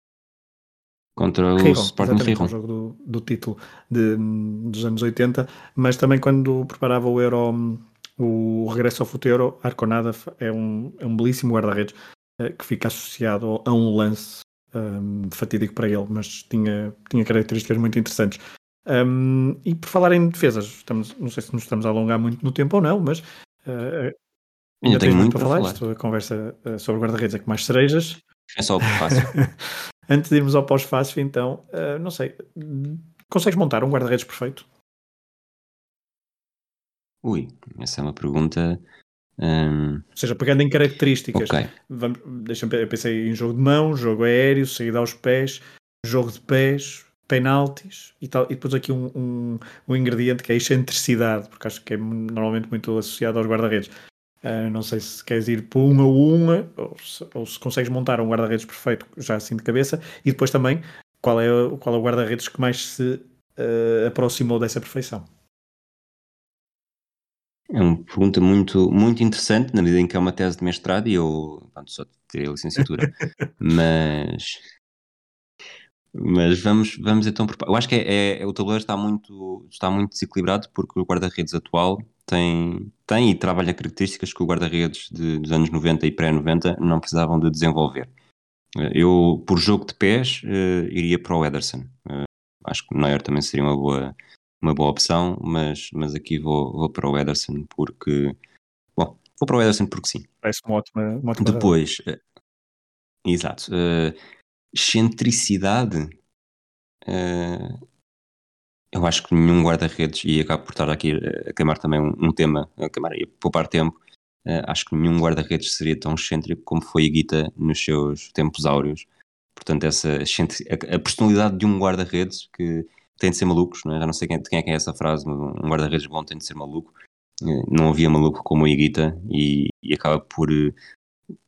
Contra o Rijon, Sporting exatamente, é o Rijon. jogo do, do título de, dos anos oitenta, mas também quando preparava o Euro, o regresso ao futuro, Arconada é um, é um belíssimo guarda-redes eh, que fica associado a um lance um, fatídico para ele, mas tinha, tinha características muito interessantes. Um, e por falar em defesas, estamos, não sei se nos estamos a alongar muito no tempo ou não, mas uh, Ainda ainda tenho tens muito muito para para falar. falar. Isto, a conversa uh, sobre guarda-redes é com mais cerejas. É só o prefácio. Antes de irmos ao pós-fácil, então, uh, não sei, consegues montar um guarda-redes perfeito? Ui, essa é uma pergunta. hum, Ou seja, pegando em características, ok. vamos, deixa-me, eu pensei em jogo de mão, jogo aéreo, saída aos pés, jogo de pés, penaltis e tal, e depois aqui um, um, um ingrediente que é a excentricidade, porque acho que é normalmente muito associado aos guarda-redes. Uh, não sei se queres ir por uma a uma, ou se, ou se consegues montar um guarda-redes perfeito, já assim de cabeça, e depois também qual é, qual é o guarda-redes que mais se uh, aproximou dessa perfeição. É uma pergunta muito, muito interessante, na medida em que é uma tese de mestrado e eu pronto, só tirei a licenciatura. Mas, mas vamos, vamos então. por pa- Eu acho que é, é- o tabuleiro está muito, está muito desequilibrado porque o guarda-redes atual tem, tem e trabalha características que o guarda-redes de- dos anos noventa e pré-noventa não precisavam de desenvolver. Eu, por jogo de pés, eh, iria para o Ederson. Eh, acho que o Neuer também seria uma boa, uma boa opção, mas, mas aqui vou, vou para o Ederson porque. Bom, vou para o Ederson porque sim. Parece uma ótima, uma ótima razão. Depois, eh, exato, eh, excentricidade. eh, eu acho que nenhum guarda-redes, e acabo por estar aqui a queimar também um, um tema, a queimar e a poupar tempo, eh, acho que nenhum guarda-redes seria tão excêntrico como foi a Guita nos seus tempos áureos. Portanto, essa excentri- a, a personalidade de um guarda-redes que tem de ser malucos, não é? Já não sei quem, de quem é que é essa frase, mas um guarda-redes bom tem de ser maluco. Eh, Não havia maluco como o Higuita e, e acaba por, eh,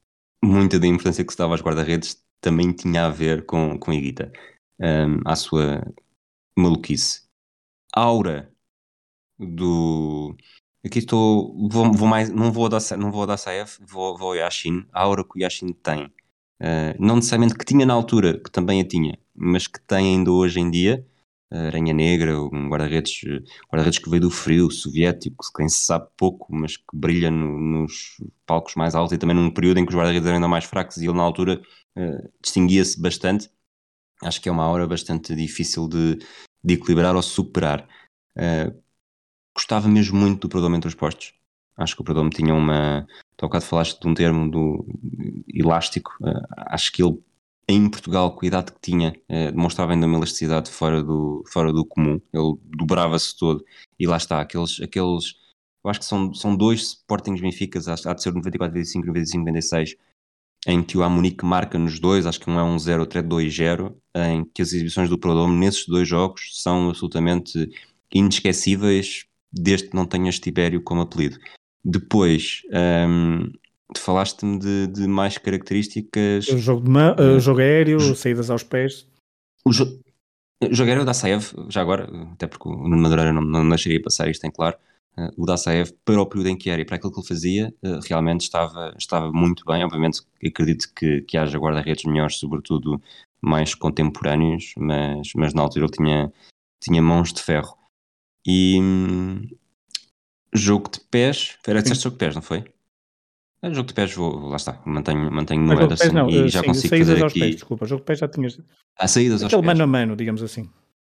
muita da importância que se dava aos guarda-redes também tinha a ver com, com Higuita, um, à sua maluquice. Aura do... Aqui estou... Vou, vou mais, não vou dar, não vou dar Saef, vou, vou ao Yashin. A aura que o Yashin tem. Uh, não necessariamente que tinha na altura, que também a tinha, mas que tem ainda hoje em dia. Aranha Negra, um guarda-redes, guarda-redes que veio do frio soviético, quem se sabe pouco, mas que brilha no, nos palcos mais altos e também num período em que os guarda-redes eram ainda mais fracos e ele na altura uh, distinguia-se bastante. Acho que é uma aura bastante difícil de, de equilibrar ou superar. Uh, gostava mesmo muito do Perdomo entre os postos. Acho que o Perdomo tinha uma... Tu há bocado falaste de um termo do elástico. Uh, acho que ele, em Portugal, com a idade que tinha, uh, demonstrava ainda uma elasticidade fora do, fora do comum. Ele dobrava-se todo. E lá está, aqueles... aqueles eu acho que são, são dois Sportings Benficas, há de ser o noventa e quatro, noventa e cinco, noventa e cinco, noventa e seis, em que o Amunique marca nos dois, acho que um é um zero, outro é dois zero, em que as exibições do Perdomo nesses dois jogos são absolutamente inesquecíveis, desde que não tenhas Tibério como apelido. Depois, um, tu falaste-me de, de mais características. O jogo, de ma- uh, jogo aéreo, saídas aos pés. O jo- jogo aéreo da Saev, já agora, até porque o Nuno Madureira não, não, não cheguei a passar isto em claro, uh, o da Saev, para o período em que era e para aquilo que ele fazia, uh, realmente estava, estava muito bem. Obviamente, acredito que, que haja guarda-redes melhores, sobretudo mais contemporâneos, mas, mas na altura ele tinha, tinha mãos de ferro. E hum, jogo de pés, era disseste jogo de pés, não foi? É, jogo de pés, vou, lá está, mantenho, mantenho no Ah, jogo de pés Ederson não, e uh, já sim, consigo saídas fazer aos pés, aqui desculpa, jogo de pés já tinhas. as saídas aos Aquele pés. mano a mano, digamos assim.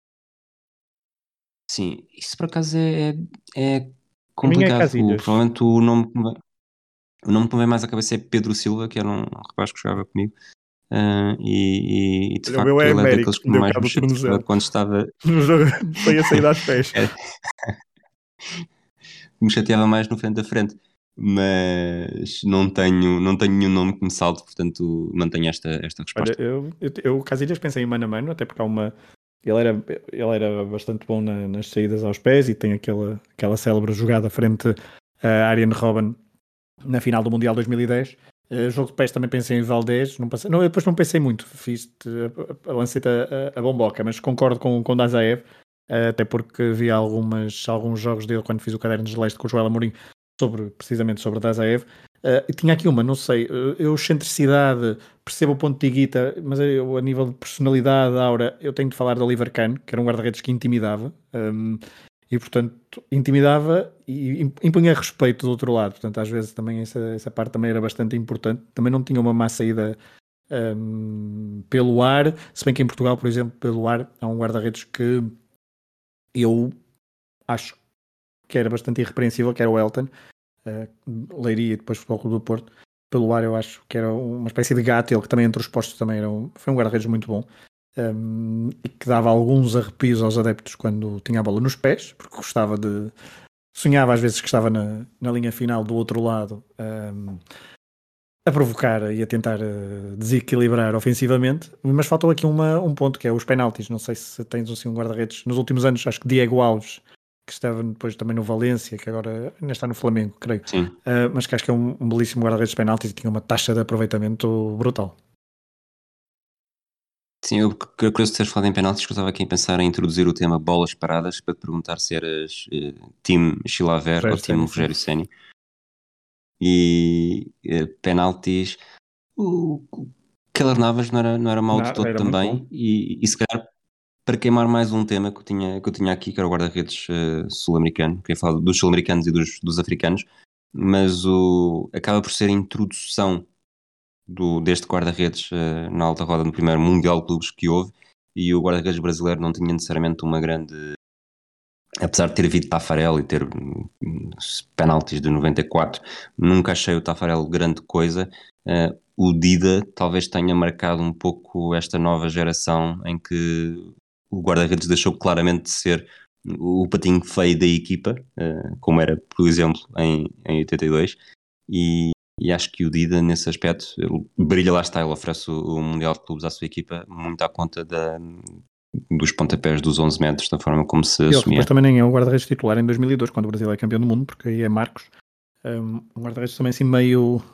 Sim, isso por acaso é, é, é Para mim é complicado. O, Casilhas. provavelmente o nome, que me vem- o nome que me vem mais à cabeça é Pedro Silva, que era um rapaz que jogava comigo. Ah, e, e, de Olha, o meu facto é ele é daqueles Américo, que que me deu mais cabo me do chateava tornozelo. quando estava. No jogo foi a saída aos pés. Era- me chateava mais no frente a frente. Mas não tenho, não tenho nenhum nome que me salte, portanto mantenho esta, esta Olha, resposta. eu, eu, eu Casilhas pensei em mano a mano, até porque há uma. Ele era, ele era bastante bom na- nas saídas aos pés e tem aquela, aquela célebre jogada frente a Arjen Robben na final do Mundial dois mil e dez. Uh, jogo de pés também pensei em Valdés, não pensei, não, eu depois não pensei muito, fiz a, a, lancei a, a, a bomboca, mas concordo com, com o Dazaev, uh, até porque vi algumas, alguns jogos dele quando fiz o Caderno de Leste com o Joel Amorim, sobre, precisamente sobre o Dazaev. Uh, e tinha aqui uma, não sei, uh, eu excentricidade, percebo o ponto de Higuita, mas eu, a nível de personalidade, aura, eu tenho de falar de Oliver Kahn, que era um guarda-redes que intimidava, um, e portanto intimidava e impunha respeito do outro lado, portanto às vezes também essa, essa parte também era bastante importante, também não tinha uma má saída um, pelo ar, se bem que em Portugal, por exemplo, pelo ar há um guarda-redes que eu acho que era bastante irrepreensível, que era o Elton, uh, Leiria e depois Futebol Clube do Porto. Pelo ar eu acho que era uma espécie de gato, ele que também entre os postos também era um, foi um guarda-redes muito bom. Um, e que dava alguns arrepios aos adeptos quando tinha a bola nos pés, porque gostava de... Sonhava às vezes que estava na, na linha final do outro lado um, a provocar e a tentar uh, desequilibrar ofensivamente, mas faltou aqui uma, um ponto que é os penaltis. Não sei se tens assim, um guarda-redes nos últimos anos, acho que Diego Alves, que estava depois também no Valência, que agora ainda está no Flamengo, creio, uh, mas que acho que é um, um belíssimo guarda-redes de penaltis e tinha uma taxa de aproveitamento brutal. Sim, eu curioso de teres falado em penaltis, que eu estava aqui a pensar em introduzir o tema bolas paradas para te perguntar se eras uh, time Chilaver ou time Rogério Ceni. E uh, penaltis, o, o Keylor Navas não era, não era mau não, de todo também. E, e se calhar para queimar mais um tema que eu tinha, que eu tinha aqui, que era o guarda-redes uh, sul-americano, queria falar dos sul-americanos e dos, dos africanos, mas o, acaba por ser a introdução do, deste guarda-redes uh, na alta roda no primeiro Mundial de Clubes que houve, e o guarda-redes brasileiro não tinha necessariamente uma grande... Apesar de ter havido Taffarel e ter um, penaltis de noventa e quatro, nunca achei o Taffarel grande coisa. Uh, o Dida talvez tenha marcado um pouco esta nova geração em que o guarda-redes deixou claramente de ser o patinho feio da equipa, uh, como era, por exemplo, em, em oitenta e dois, e, e acho que o Dida, nesse aspecto, brilha, lá está, ele oferece o, o Mundial de Clubes à sua equipa, muito à conta da, dos pontapés dos onze metros, da forma como se ele assumia. Depois também nem é o guarda-redes titular em dois mil e dois, quando o Brasil é campeão do mundo, porque aí é Marcos, um guarda-redes também assim meio...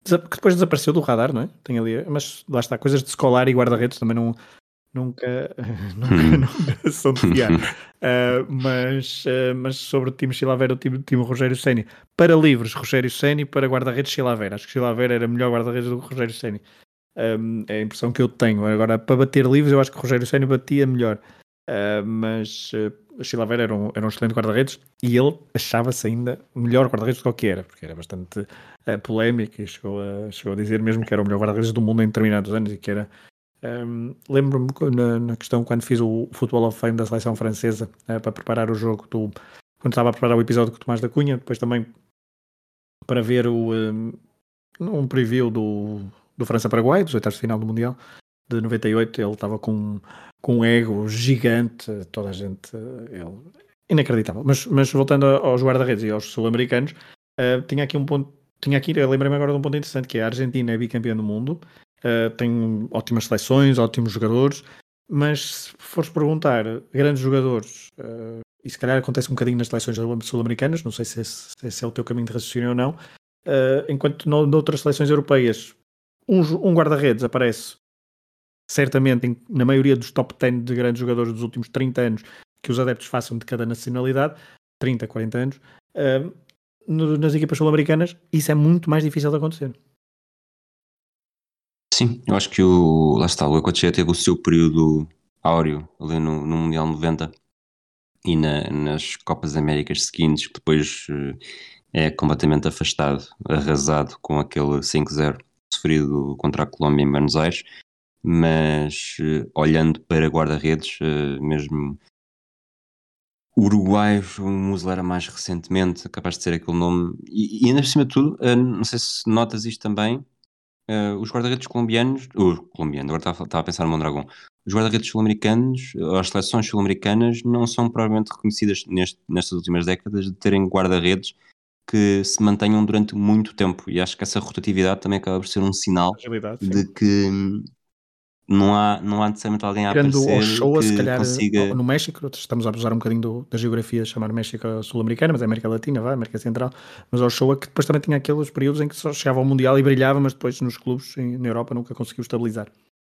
que depois desapareceu do radar, não é? Tem ali, mas lá está, coisas de Scolari e guarda-redes também não, nunca, nunca, nunca são de fiar. Uh, mas, uh, mas sobre o time Chilavera, o time, time Rogério Ceni. Para livros, Rogério Ceni, para guarda-redes Chilavera. Acho que Chilavera era melhor guarda-redes do que Rogério Ceni. Um, é a impressão que eu tenho. Agora, para bater livros, eu acho que o Rogério Ceni batia melhor. Uh, mas uh, o Chilavera era um, era um excelente guarda-redes e ele achava-se ainda melhor guarda-redes do que era, porque era bastante uh, polémico e chegou a, chegou a dizer mesmo que era o melhor guarda-redes do mundo em determinados anos e que era. Um, lembro-me na, na questão quando fiz o Football of Fame da seleção francesa uh, para preparar o jogo do, quando estava a preparar o episódio com o Tomás da Cunha, depois também para ver o um, um preview do, do França-Paraguai, dos oitavos de final do Mundial de noventa e oito. Ele estava com, com um ego gigante, toda a gente, ele, inacreditável. Mas, mas voltando aos guarda-redes e aos sul-americanos, uh, tinha aqui um ponto, tinha aqui, eu lembrei-me agora de um ponto interessante, que é a Argentina é bicampeã do mundo. Uh, tem ótimas seleções, ótimos jogadores, mas se fores perguntar grandes jogadores, uh, e se calhar acontece um bocadinho nas seleções sul-americanas, não sei se esse, se esse é o teu caminho de raciocínio ou não, uh, enquanto no, noutras seleções europeias um, um guarda-redes aparece certamente em, na maioria dos top dez de grandes jogadores dos últimos trinta anos que os adeptos façam de cada nacionalidade, trinta, quarenta anos, uh, no, nas equipas sul-americanas isso é muito mais difícil de acontecer. Sim, eu acho que o, lá está, o Ecochea teve o seu período áureo ali no, no Mundial noventa e na, nas Copas Américas seguintes, que depois uh, é completamente afastado, arrasado com aquele cinco zero sofrido contra a Colômbia em Buenos Aires, mas uh, olhando para guarda-redes, uh, mesmo Uruguai, o Muslera mais recentemente, capaz de ser aquele nome, e, e ainda por cima de tudo, uh, não sei se notas isto também. Uh, os guarda-redes colombianos, uh, colombiano, agora estava, estava a pensar no Mondragão. Os guarda-redes sul-americanos, as seleções sul-americanas, não são provavelmente reconhecidas neste, nestas últimas décadas de terem guarda-redes que se mantenham durante muito tempo. E acho que essa rotatividade também acaba por ser um sinal de que não há, não há necessariamente alguém a Tirando o aparecer Ochoa, se que calhar consiga. no México, estamos a abusar um bocadinho do, da geografia, chamar México sul-americana, mas é América Latina, vai, América Central, mas o Ochoa que depois também tinha aqueles períodos em que só chegava ao Mundial e brilhava, mas depois nos clubes em, na Europa nunca conseguiu estabilizar.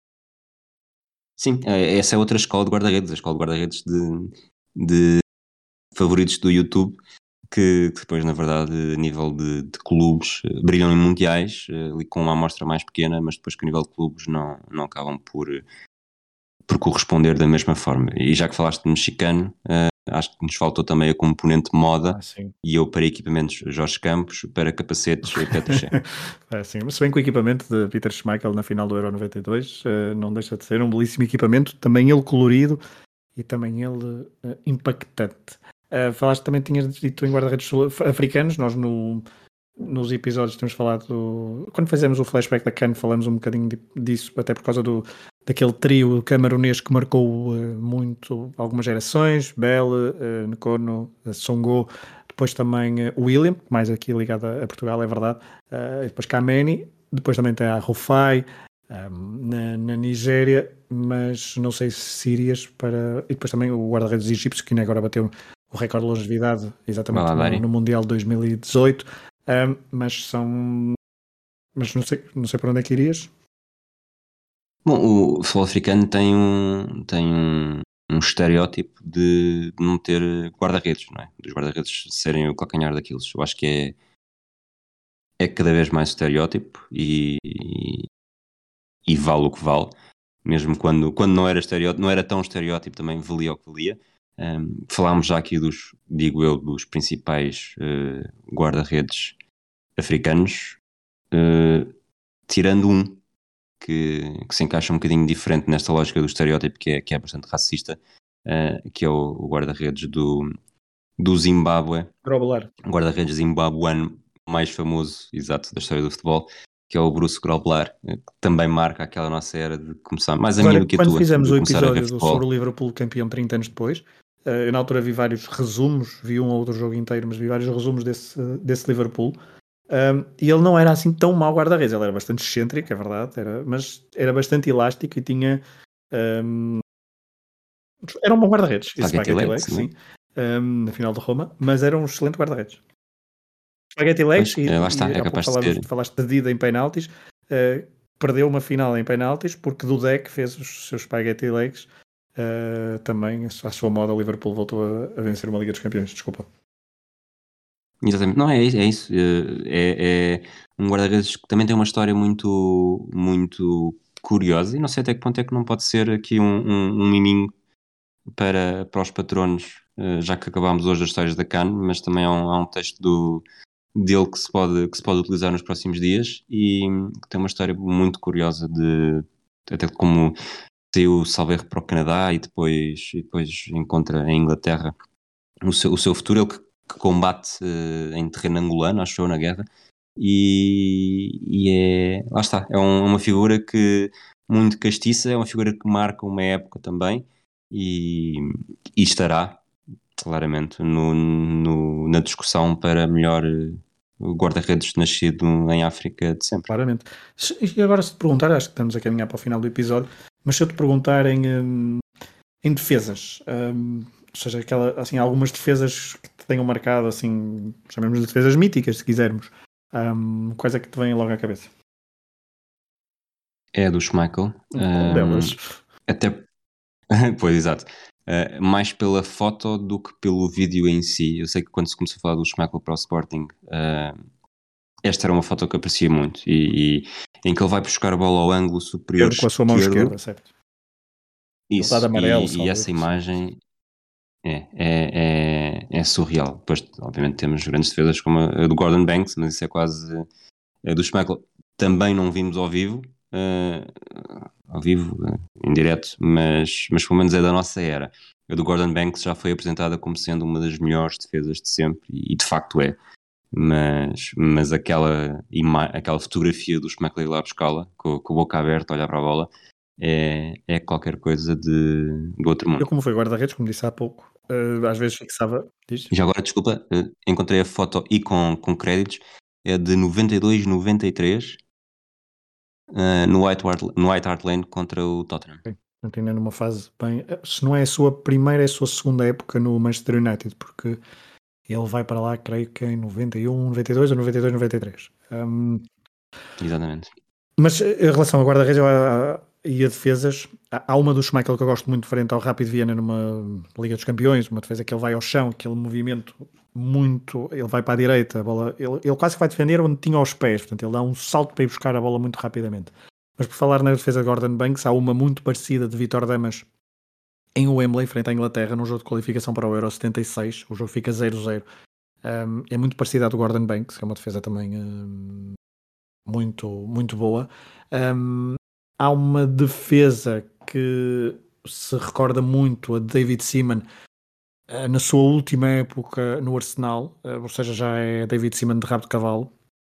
Sim, essa é outra escola de guarda-redes, a escola de guarda-redes de, de favoritos do YouTube, que, que depois, na verdade, a nível de, de clubes, eh, brilham em mundiais, eh, ali com uma amostra mais pequena, mas depois que a nível de clubes não, não acabam por, eh, por corresponder da mesma forma. E já que falaste de mexicano, eh, acho que nos faltou também a componente moda, Ah, sim. e eu para equipamentos Jorge Campos, para capacetes Petruchet. É, sim. Mas se bem que o equipamento de Peter Schmeichel na final do Euro noventa e dois uh, não deixa de ser um belíssimo equipamento, também ele colorido e também ele uh, impactante. Uh, falaste também, tinhas dito em guarda-redes africanos, nós no, nos episódios temos falado, do, quando fizemos o flashback da CAN falamos um bocadinho de, disso, até por causa do, daquele trio camaronês que marcou uh, muito algumas gerações, Belle, uh, Nkono, uh, Songo, depois também uh, William, mais aqui ligado a, a Portugal, é verdade, uh, e depois Kameni, depois também tem a Rufai, um, na, na Nigéria, mas não sei se irias para... E depois também o guarda-redes egípcio, que ainda agora bateu o recorde de longevidade, exatamente no, no Mundial de dois mil e dezoito, um, mas são... Mas não sei, não sei para onde é que irias. Bom, o futebol africano tem um, tem um, um estereótipo de não ter guarda-redes, não é? Dos guarda-redes serem o calcanhar daqueles. Eu acho que é, é cada vez mais estereótipo e, e, e vale o que vale. Mesmo quando, quando não, era estereótipo, não era tão estereótipo, também valia o que valia. Um, falámos já aqui dos, digo eu, dos principais uh, guarda-redes africanos, uh, tirando um que, que se encaixa um bocadinho diferente nesta lógica do estereótipo, que é, que é bastante racista, uh, que é o, o guarda-redes do, do Zimbábue, o guarda-redes zimbabuano mais famoso, exato, da história do futebol, que é o Bruce Grobbelaar, que também marca aquela nossa era de começar, mais a Agora, minha do que a quando tua, fizemos de o começar a ver episódio do, sobre futebol. o Liverpool campeão trinta anos depois, uh, eu na altura vi vários resumos, vi um ou outro jogo inteiro, mas vi vários resumos desse, desse Liverpool, um, e ele não era assim tão mau guarda-redes, ele era bastante excêntrico, é verdade, era, mas era bastante elástico e tinha... Um, era um bom guarda-redes, esse Spaghetti Legs, sim, um, na final de Roma, mas era um excelente guarda-redes. Spaghetti Legs, Pois, e, é, lá está, e é há pouco capaz de falavas, ser. falaste de Dida em penaltis, uh, perdeu uma final em penaltis porque Dudek fez os seus Spaghetti Legs. Uh, também, à sua moda, o Liverpool voltou a, a vencer uma Liga dos Campeões, desculpa. Exatamente, não, é isso, é isso. É, é um guarda-redes que também tem uma história muito, muito curiosa, e não sei até que ponto é que não pode ser aqui um, um, um miminho para, para os patronos, eh, já que acabámos hoje as histórias da C A N, mas também há um, há um texto do, dele que se, pode, que se pode utilizar nos próximos dias, e que tem uma história muito curiosa de até de como saiu, salvo erro, para o Canadá, e depois, e depois encontra em Inglaterra o seu, o seu futuro. Ele que, que combate uh, em terreno angolano, acho eu, na guerra, e, e é, lá está, é um, uma figura que muito castiça, é uma figura que marca uma época também, e, e estará claramente no, no, na discussão para melhor guarda-redes nascido em África de sempre. Claramente. E agora, se te perguntar, acho que estamos a caminhar para o final do episódio, mas se eu te perguntar em, um, em defesas, um, ou seja, aquela, assim, algumas defesas que te tenham marcado, assim, chamemos de defesas míticas, se quisermos, um, quais é que te vêm logo à cabeça? É a do Schmeichel. Qual delas? Até, pois, exato. Uh, mais pela foto do que pelo vídeo em si. Eu sei que quando se começou a falar do Schmeichel para o Sporting, uh, esta era uma foto que aprecia muito, e, e em que ele vai buscar a bola ao ângulo superior Com a sua mão esquerdo. esquerda, certo? Ele está de Isso, amarelo, e, e salvo essa erro, sim. imagem é, é, é, é surreal. Depois, obviamente, temos grandes defesas como a do Gordon Banks, mas isso é quase. A do Schmeichel também não vimos ao vivo, uh, ao vivo, uh, em direto, mas, mas pelo menos é da nossa era. A do Gordon Banks já foi apresentada como sendo uma das melhores defesas de sempre, e, e de facto é. Mas, mas aquela, ima- aquela fotografia do Schmeichel ir lá buscá-la, com, com a boca aberta, a olhar para a bola, é, é qualquer coisa de, do outro Eu, mundo. como foi guarda-redes, como disse há pouco, uh, às vezes fixava. Diz? E já agora, desculpa, uh, encontrei a foto e com, com créditos, é de noventa e dois noventa e três, uh, no, White Hart, no White Hart Lane contra o Tottenham. Okay. Ainda numa fase bem. Se não é a sua primeira, é a sua segunda época no Manchester United, porque ele vai para lá, creio que em noventa e um, noventa e dois ou noventa e dois, noventa e três. Um, Exatamente. mas em relação a guarda-redes e a defesas, há uma do Schmeichel que eu gosto muito, frente ao Rapid Viena numa Liga dos Campeões, uma defesa que ele vai ao chão, aquele movimento muito. Ele vai para a direita, a bola, ele, ele quase que vai defender onde tinha os pés, portanto, ele dá um salto para ir buscar a bola muito rapidamente. Mas por falar na defesa de Gordon Banks, há uma muito parecida de Vítor Damas em Wembley, frente à Inglaterra, num jogo de qualificação para o Euro setenta e seis. O jogo fica zero zero. Um, é muito parecida à do Gordon Banks, que é uma defesa também um, muito, muito boa. Um, há uma defesa que se recorda muito a David Seaman uh, na sua última época no Arsenal, uh, ou seja, já é David Seaman de rabo de cavalo.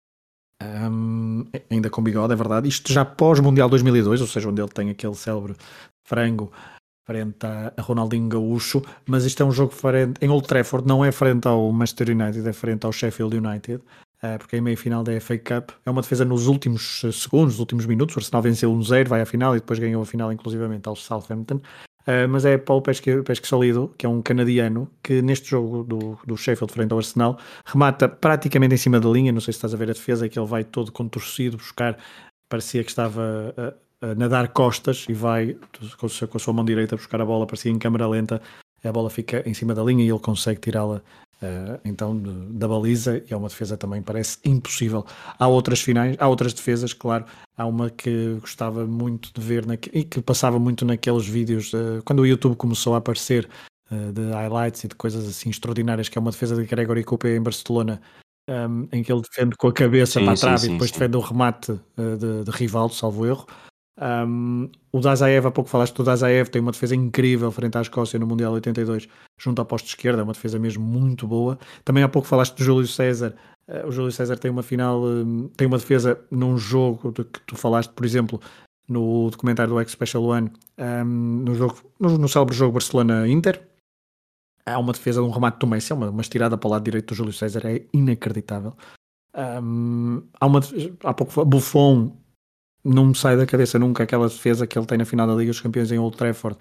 Um, ainda com bigode, é verdade. Isto já pós-Mundial dois mil e dois, ou seja, onde ele tem aquele célebre frango frente a, a Ronaldinho Gaúcho, mas isto é um jogo frente, em Old Trafford, não é frente ao Manchester United, é frente ao Sheffield United, uh, porque é em meia-final da F A Cup. É uma defesa nos últimos segundos, nos últimos minutos. O Arsenal venceu um zero, vai à final e depois ganhou a final inclusivamente ao Southampton. Uh, mas é Paulo Pesque, Pesque Solido, que é um canadiano, que neste jogo do, do Sheffield frente ao Arsenal remata praticamente em cima da linha. Não sei se estás a ver a defesa, que ele vai todo contorcido buscar, parecia que estava a, a nadar costas e vai com, com a sua mão direita buscar a bola, parecia em câmera lenta, a bola fica em cima da linha e ele consegue tirá-la uh, então de, da baliza, e é uma defesa também parece impossível. Há outras finais, há outras defesas, claro. Há uma que gostava muito de ver naque, e que passava muito naqueles vídeos uh, quando o YouTube começou a aparecer, uh, de highlights e de coisas assim extraordinárias, que é uma defesa de Gregory Coupé em Barcelona, um, em que ele defende com a cabeça para Sim, a sim, trave e sim, depois sim. defende um remate uh, de, de Rivaldo, salvo erro. Um, o Dazaev, há pouco falaste do Dazaev, tem uma defesa incrível frente à Escócia no Mundial oitenta e dois, junto ao posto esquerdo, é uma defesa mesmo muito boa. Também há pouco falaste do Júlio César. Uh, o Júlio César tem uma final, um, tem uma defesa num jogo de que tu falaste, por exemplo, no documentário do X Special One, um, no, jogo, no, no célebre jogo Barcelona-Inter. Há uma defesa de um remate do Messi, uma, uma estirada para o lado direito do Júlio César, é inacreditável. Um, há, uma, há pouco Buffon, não me sai da cabeça nunca aquela defesa que ele tem na final da Liga dos Campeões em Old Trafford,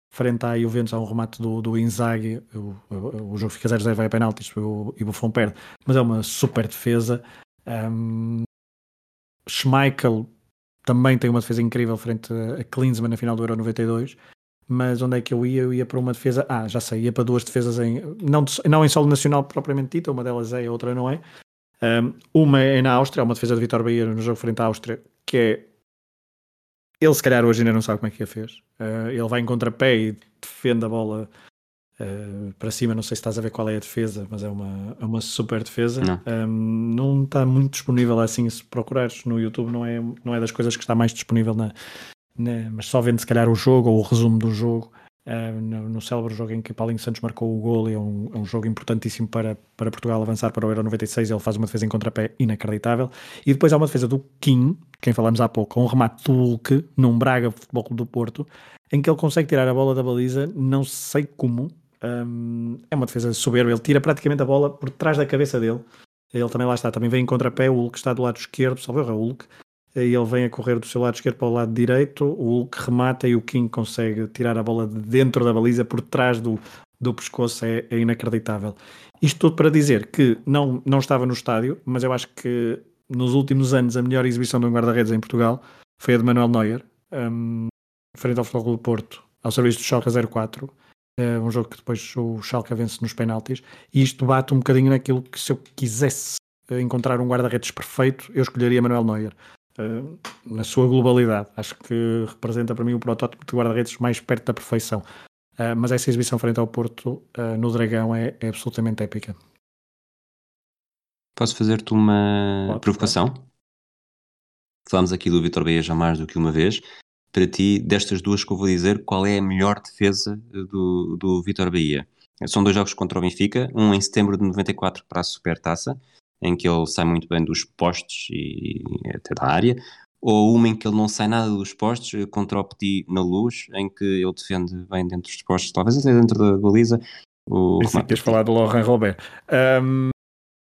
frente à Juventus, há um remate do, do Inzaghi, o, o, o jogo fica zero a zero, vai a penaltis e o, e o Buffon perde, mas é uma super defesa. um, Schmeichel também tem uma defesa incrível frente a Klinsmann na final do Euro noventa e dois, mas onde é que eu ia? Eu ia para uma defesa, ah, já sei, ia para duas defesas em, não, não em solo nacional propriamente dita, uma delas é, a outra não é. Um, uma é na Áustria, uma defesa de Vitor Bahia no jogo frente à Áustria, que é, ele se calhar hoje ainda não sabe como é que a fez. Uh, ele vai em contrapé e defende a bola uh, para cima, não sei se estás a ver qual é a defesa, mas é uma, é uma super defesa. Não. Um, não está muito disponível assim, se procurares no YouTube, não é, não é das coisas que está mais disponível na, na, mas só vendo se calhar o jogo ou o resumo do jogo. Uh, no, no célebre jogo em que Paulinho Santos marcou o gol, e é um, é um jogo importantíssimo para, para Portugal avançar para o Euro noventa e seis. Ele faz uma defesa em contrapé inacreditável, e depois há uma defesa do Kim, quem falamos há pouco, com um remate do Hulk num Braga Futebol Clube do Porto, em que ele consegue tirar a bola da baliza, não sei como. Um, é uma defesa soberba, ele tira praticamente a bola por trás da cabeça dele. Ele também lá está, também vem em contrapé, o Hulk está do lado esquerdo, só vê o Hulk. E ele vem a correr do seu lado esquerdo para o lado direito, o Hulk remata e o King consegue tirar a bola de dentro da baliza por trás do, do pescoço. É, é inacreditável. Isto tudo para dizer que não, não estava no estádio, mas eu acho que nos últimos anos a melhor exibição de um guarda-redes em Portugal foi a de Manuel Neuer, um, frente ao Futebol Clube do Porto, ao serviço do Schalke zero quatro, uh, um jogo que depois o Schalke vence nos penaltis, e isto bate um bocadinho naquilo que, se eu quisesse encontrar um guarda-redes perfeito, eu escolheria Manuel Neuer. Uh, na sua globalidade, acho que representa para mim o protótipo de guarda-redes mais perto da perfeição. Uh, mas essa exibição frente ao Porto uh, no Dragão é, é absolutamente épica. Posso fazer-te uma Pode, provocação? pode. Falámos aqui do Vitor Bahia já mais do que uma vez. Para ti, destas duas que eu vou dizer, qual é a melhor defesa do, do Vitor Bahia? São dois jogos contra o Benfica, um em setembro de noventa e quatro para a Supertaça, em que ele sai muito bem dos postes e até da área, ou uma em que ele não sai nada dos postes, contra o Petit na Luz, em que ele defende bem dentro dos postes, talvez até dentro da baliza. O Pensei que queres falar do Laurent Robert. Um,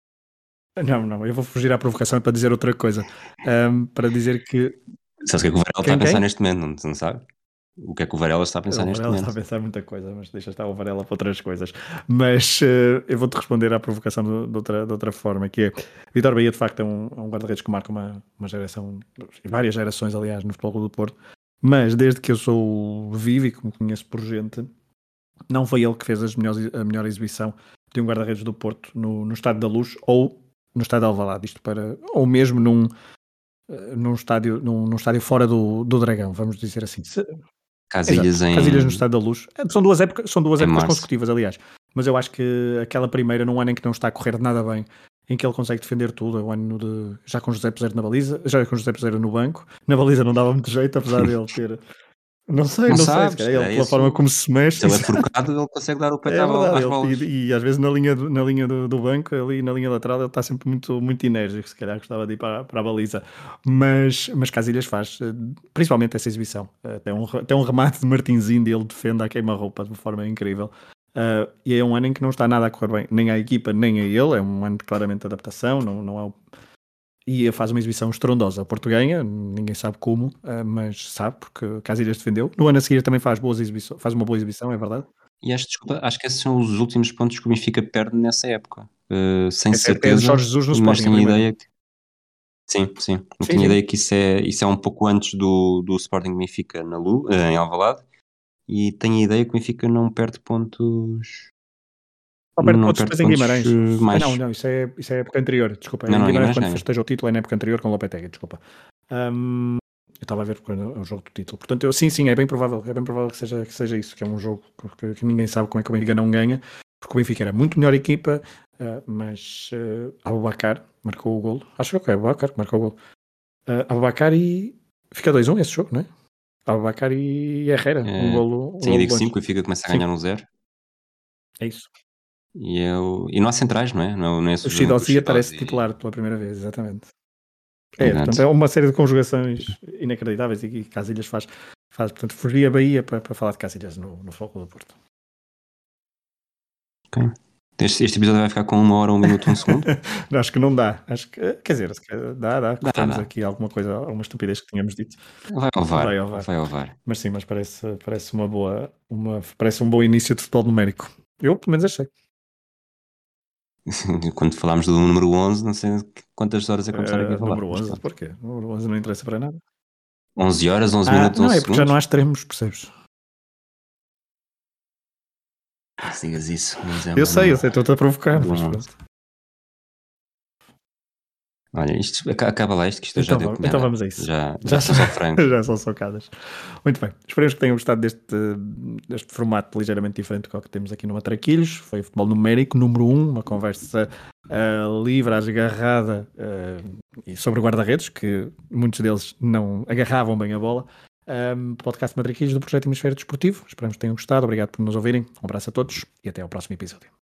não, não, eu vou fugir à provocação para dizer outra coisa. Um, para dizer que... Sabes o que é que o Varela Quem, está a pensar quem? neste momento, não, não sabe? O que é que o Varela está a pensar O neste Varela momento? está a pensar muita coisa, mas deixa estar o Varela para outras coisas. Mas uh, eu vou-te responder à provocação de, de, outra, de outra forma, que é, Vitor Bahia de facto é um, é um guarda-redes que marca uma, uma geração, várias gerações aliás, no Futebol Clube do Porto, mas desde que eu sou vivo e que me conheço por gente, não foi ele que fez as melhores, a melhor exibição de um guarda-redes do Porto no, no Estádio da Luz ou no Estádio de Alvalade, isto para, ou mesmo num, num, estádio, num, num estádio fora do, do Dragão, vamos dizer assim. Se, Casilhas Exato, em, Casilhas no Estádio da Luz. São duas épocas, são duas em épocas março. consecutivas, aliás. Mas eu acho que aquela primeira, num ano em que não está a correr nada bem, em que ele consegue defender tudo, é o ano de, já com José Peseiro na baliza, já com José Peseiro no banco. Na baliza não dava muito jeito, apesar de ele ter... Não sei, Não não sei, se sabes, calhar ele é pela forma isso. como se mexe... Se ele é forcado, ele consegue dar o pé É verdade, às bolas. ele, e, e às vezes na linha, do, na linha do, do banco, ali na linha lateral, ele está sempre muito, muito enérgico, se calhar gostava de ir para, para a baliza. Mas, mas Casilhas faz, principalmente essa exibição. Tem um, tem um remate de Martinzinho dele, defende a queima-roupa de uma forma incrível. Uh, e é um ano em que não está nada a correr bem, nem à equipa, nem a ele. É um ano de claramente adaptação, não, não é o... E faz uma exibição estrondosa. O Porto ganha, ninguém sabe como, uh, mas sabe, porque Casilhas defendeu. No ano a seguir também faz, boas exibições, faz uma boa exibição, é verdade. E acho, desculpa, acho que esses são os últimos pontos que o Benfica perde nessa época. Uh, sem Essa época é de certeza, Jorge Jesus no mas Sporting, a tenho a primeira. ideia que. Sim, sim. Eu Sim, tenho a sim. ideia que isso é, isso é um pouco antes do, do Sporting Benfica na Lu, uh, em Alvalade. E tenho a ideia que o Benfica não perde pontos. Só perde Não pontos perde depois em pontos Guimarães. uh, Ah, mais. não, não, isso é, isso é época anterior. Desculpa, é Não, em não, em Guimarães Guimarães quando ganha. festeja o título, é na época anterior com Lopetegui, desculpa. Um, eu estava a ver porque é o jogo do título. Portanto, eu, sim, sim, é bem provável, é bem provável que seja, que seja isso, que é um jogo que, que ninguém sabe como é que o Benfica não ganha, porque o Benfica era muito melhor equipa, uh, mas uh, Aboubakar marcou o golo. Acho que é Aboubakar que marcou o golo. Uh, Aboubakar e fica dois a um esse jogo, não é? Aboubakar e Herrera, um Uh, golo, um tenho a golo ideia que sim, longe. que o Benfica começa a Sim, ganhar um zero. é isso. E, eu, e não há centrais, não é? Não, não é O suficiente com o Shidozi aparece Shidozi titular e. pela primeira vez, exatamente. É, portanto, é Exato. uma série de conjugações inacreditáveis e que Casilhas faz. faz portanto, fugia a Bahia para, para falar de Casilhas no, no Futebol Clube do Porto. Ok. Este, este episódio vai ficar com uma hora, um minuto, um segundo? Acho que não dá. Acho que, quer dizer, se calhar dá, dá. Dá, Cortamos dá. aqui alguma coisa, alguma estupidez que tínhamos dito. Vai ao VAR. Vai ao VAR. Vai ao VAR. Mas sim, mas parece, parece uma boa, uma, parece um bom início de futebol numérico. Eu, pelo menos, achei. Quando falámos do número onze, não sei quantas horas é começar aqui a Uh, falar. número mas onze, pronto. porquê? O número onze não interessa para nada. onze horas, onze Ah, minutos, não, onze é porque já segundos. não há extremos, percebes? Se digas isso, mas é Eu uma- sei, eu sei, estou-te a provocar, Bom. mas pronto. Olha, isto aca- acaba lá isto que isto já Então, deu vamos, que me então dar. vamos a isso. Já, já, Já são só francos. já são socadas. Muito bem. Esperemos que tenham gostado deste, deste formato ligeiramente diferente do que temos aqui no Matraquilhos. Foi o futebol numérico número um, uma conversa uh, livre, agarrada uh, e sobre guarda-redes, que muitos deles não agarravam bem a bola. Um, podcast Matraquilhos do Projeto Hemisfério Desportivo. Esperamos que tenham gostado. Obrigado por nos ouvirem. Um abraço a todos e até ao próximo episódio.